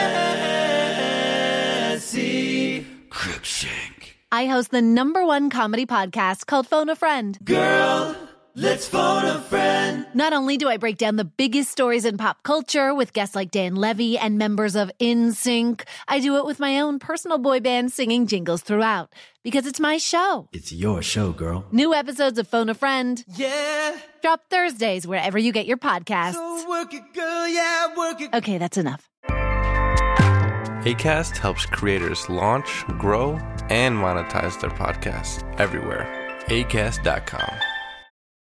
Jesse Cruikshank. I host the #1 comedy podcast called Phone a Friend. Girl, let's phone a friend. Not only do I break down the biggest stories in pop culture with guests like Dan Levy and members of NSYNC, I do it with my own personal boy band singing jingles throughout. Because it's my show. It's your show, girl. New episodes of Phone a Friend Yeah. drop Thursdays wherever you get your podcasts. So work it, girl, yeah, work it. Okay, that's enough. Acast helps creators launch, grow, and monetize their podcasts everywhere. Acast.com.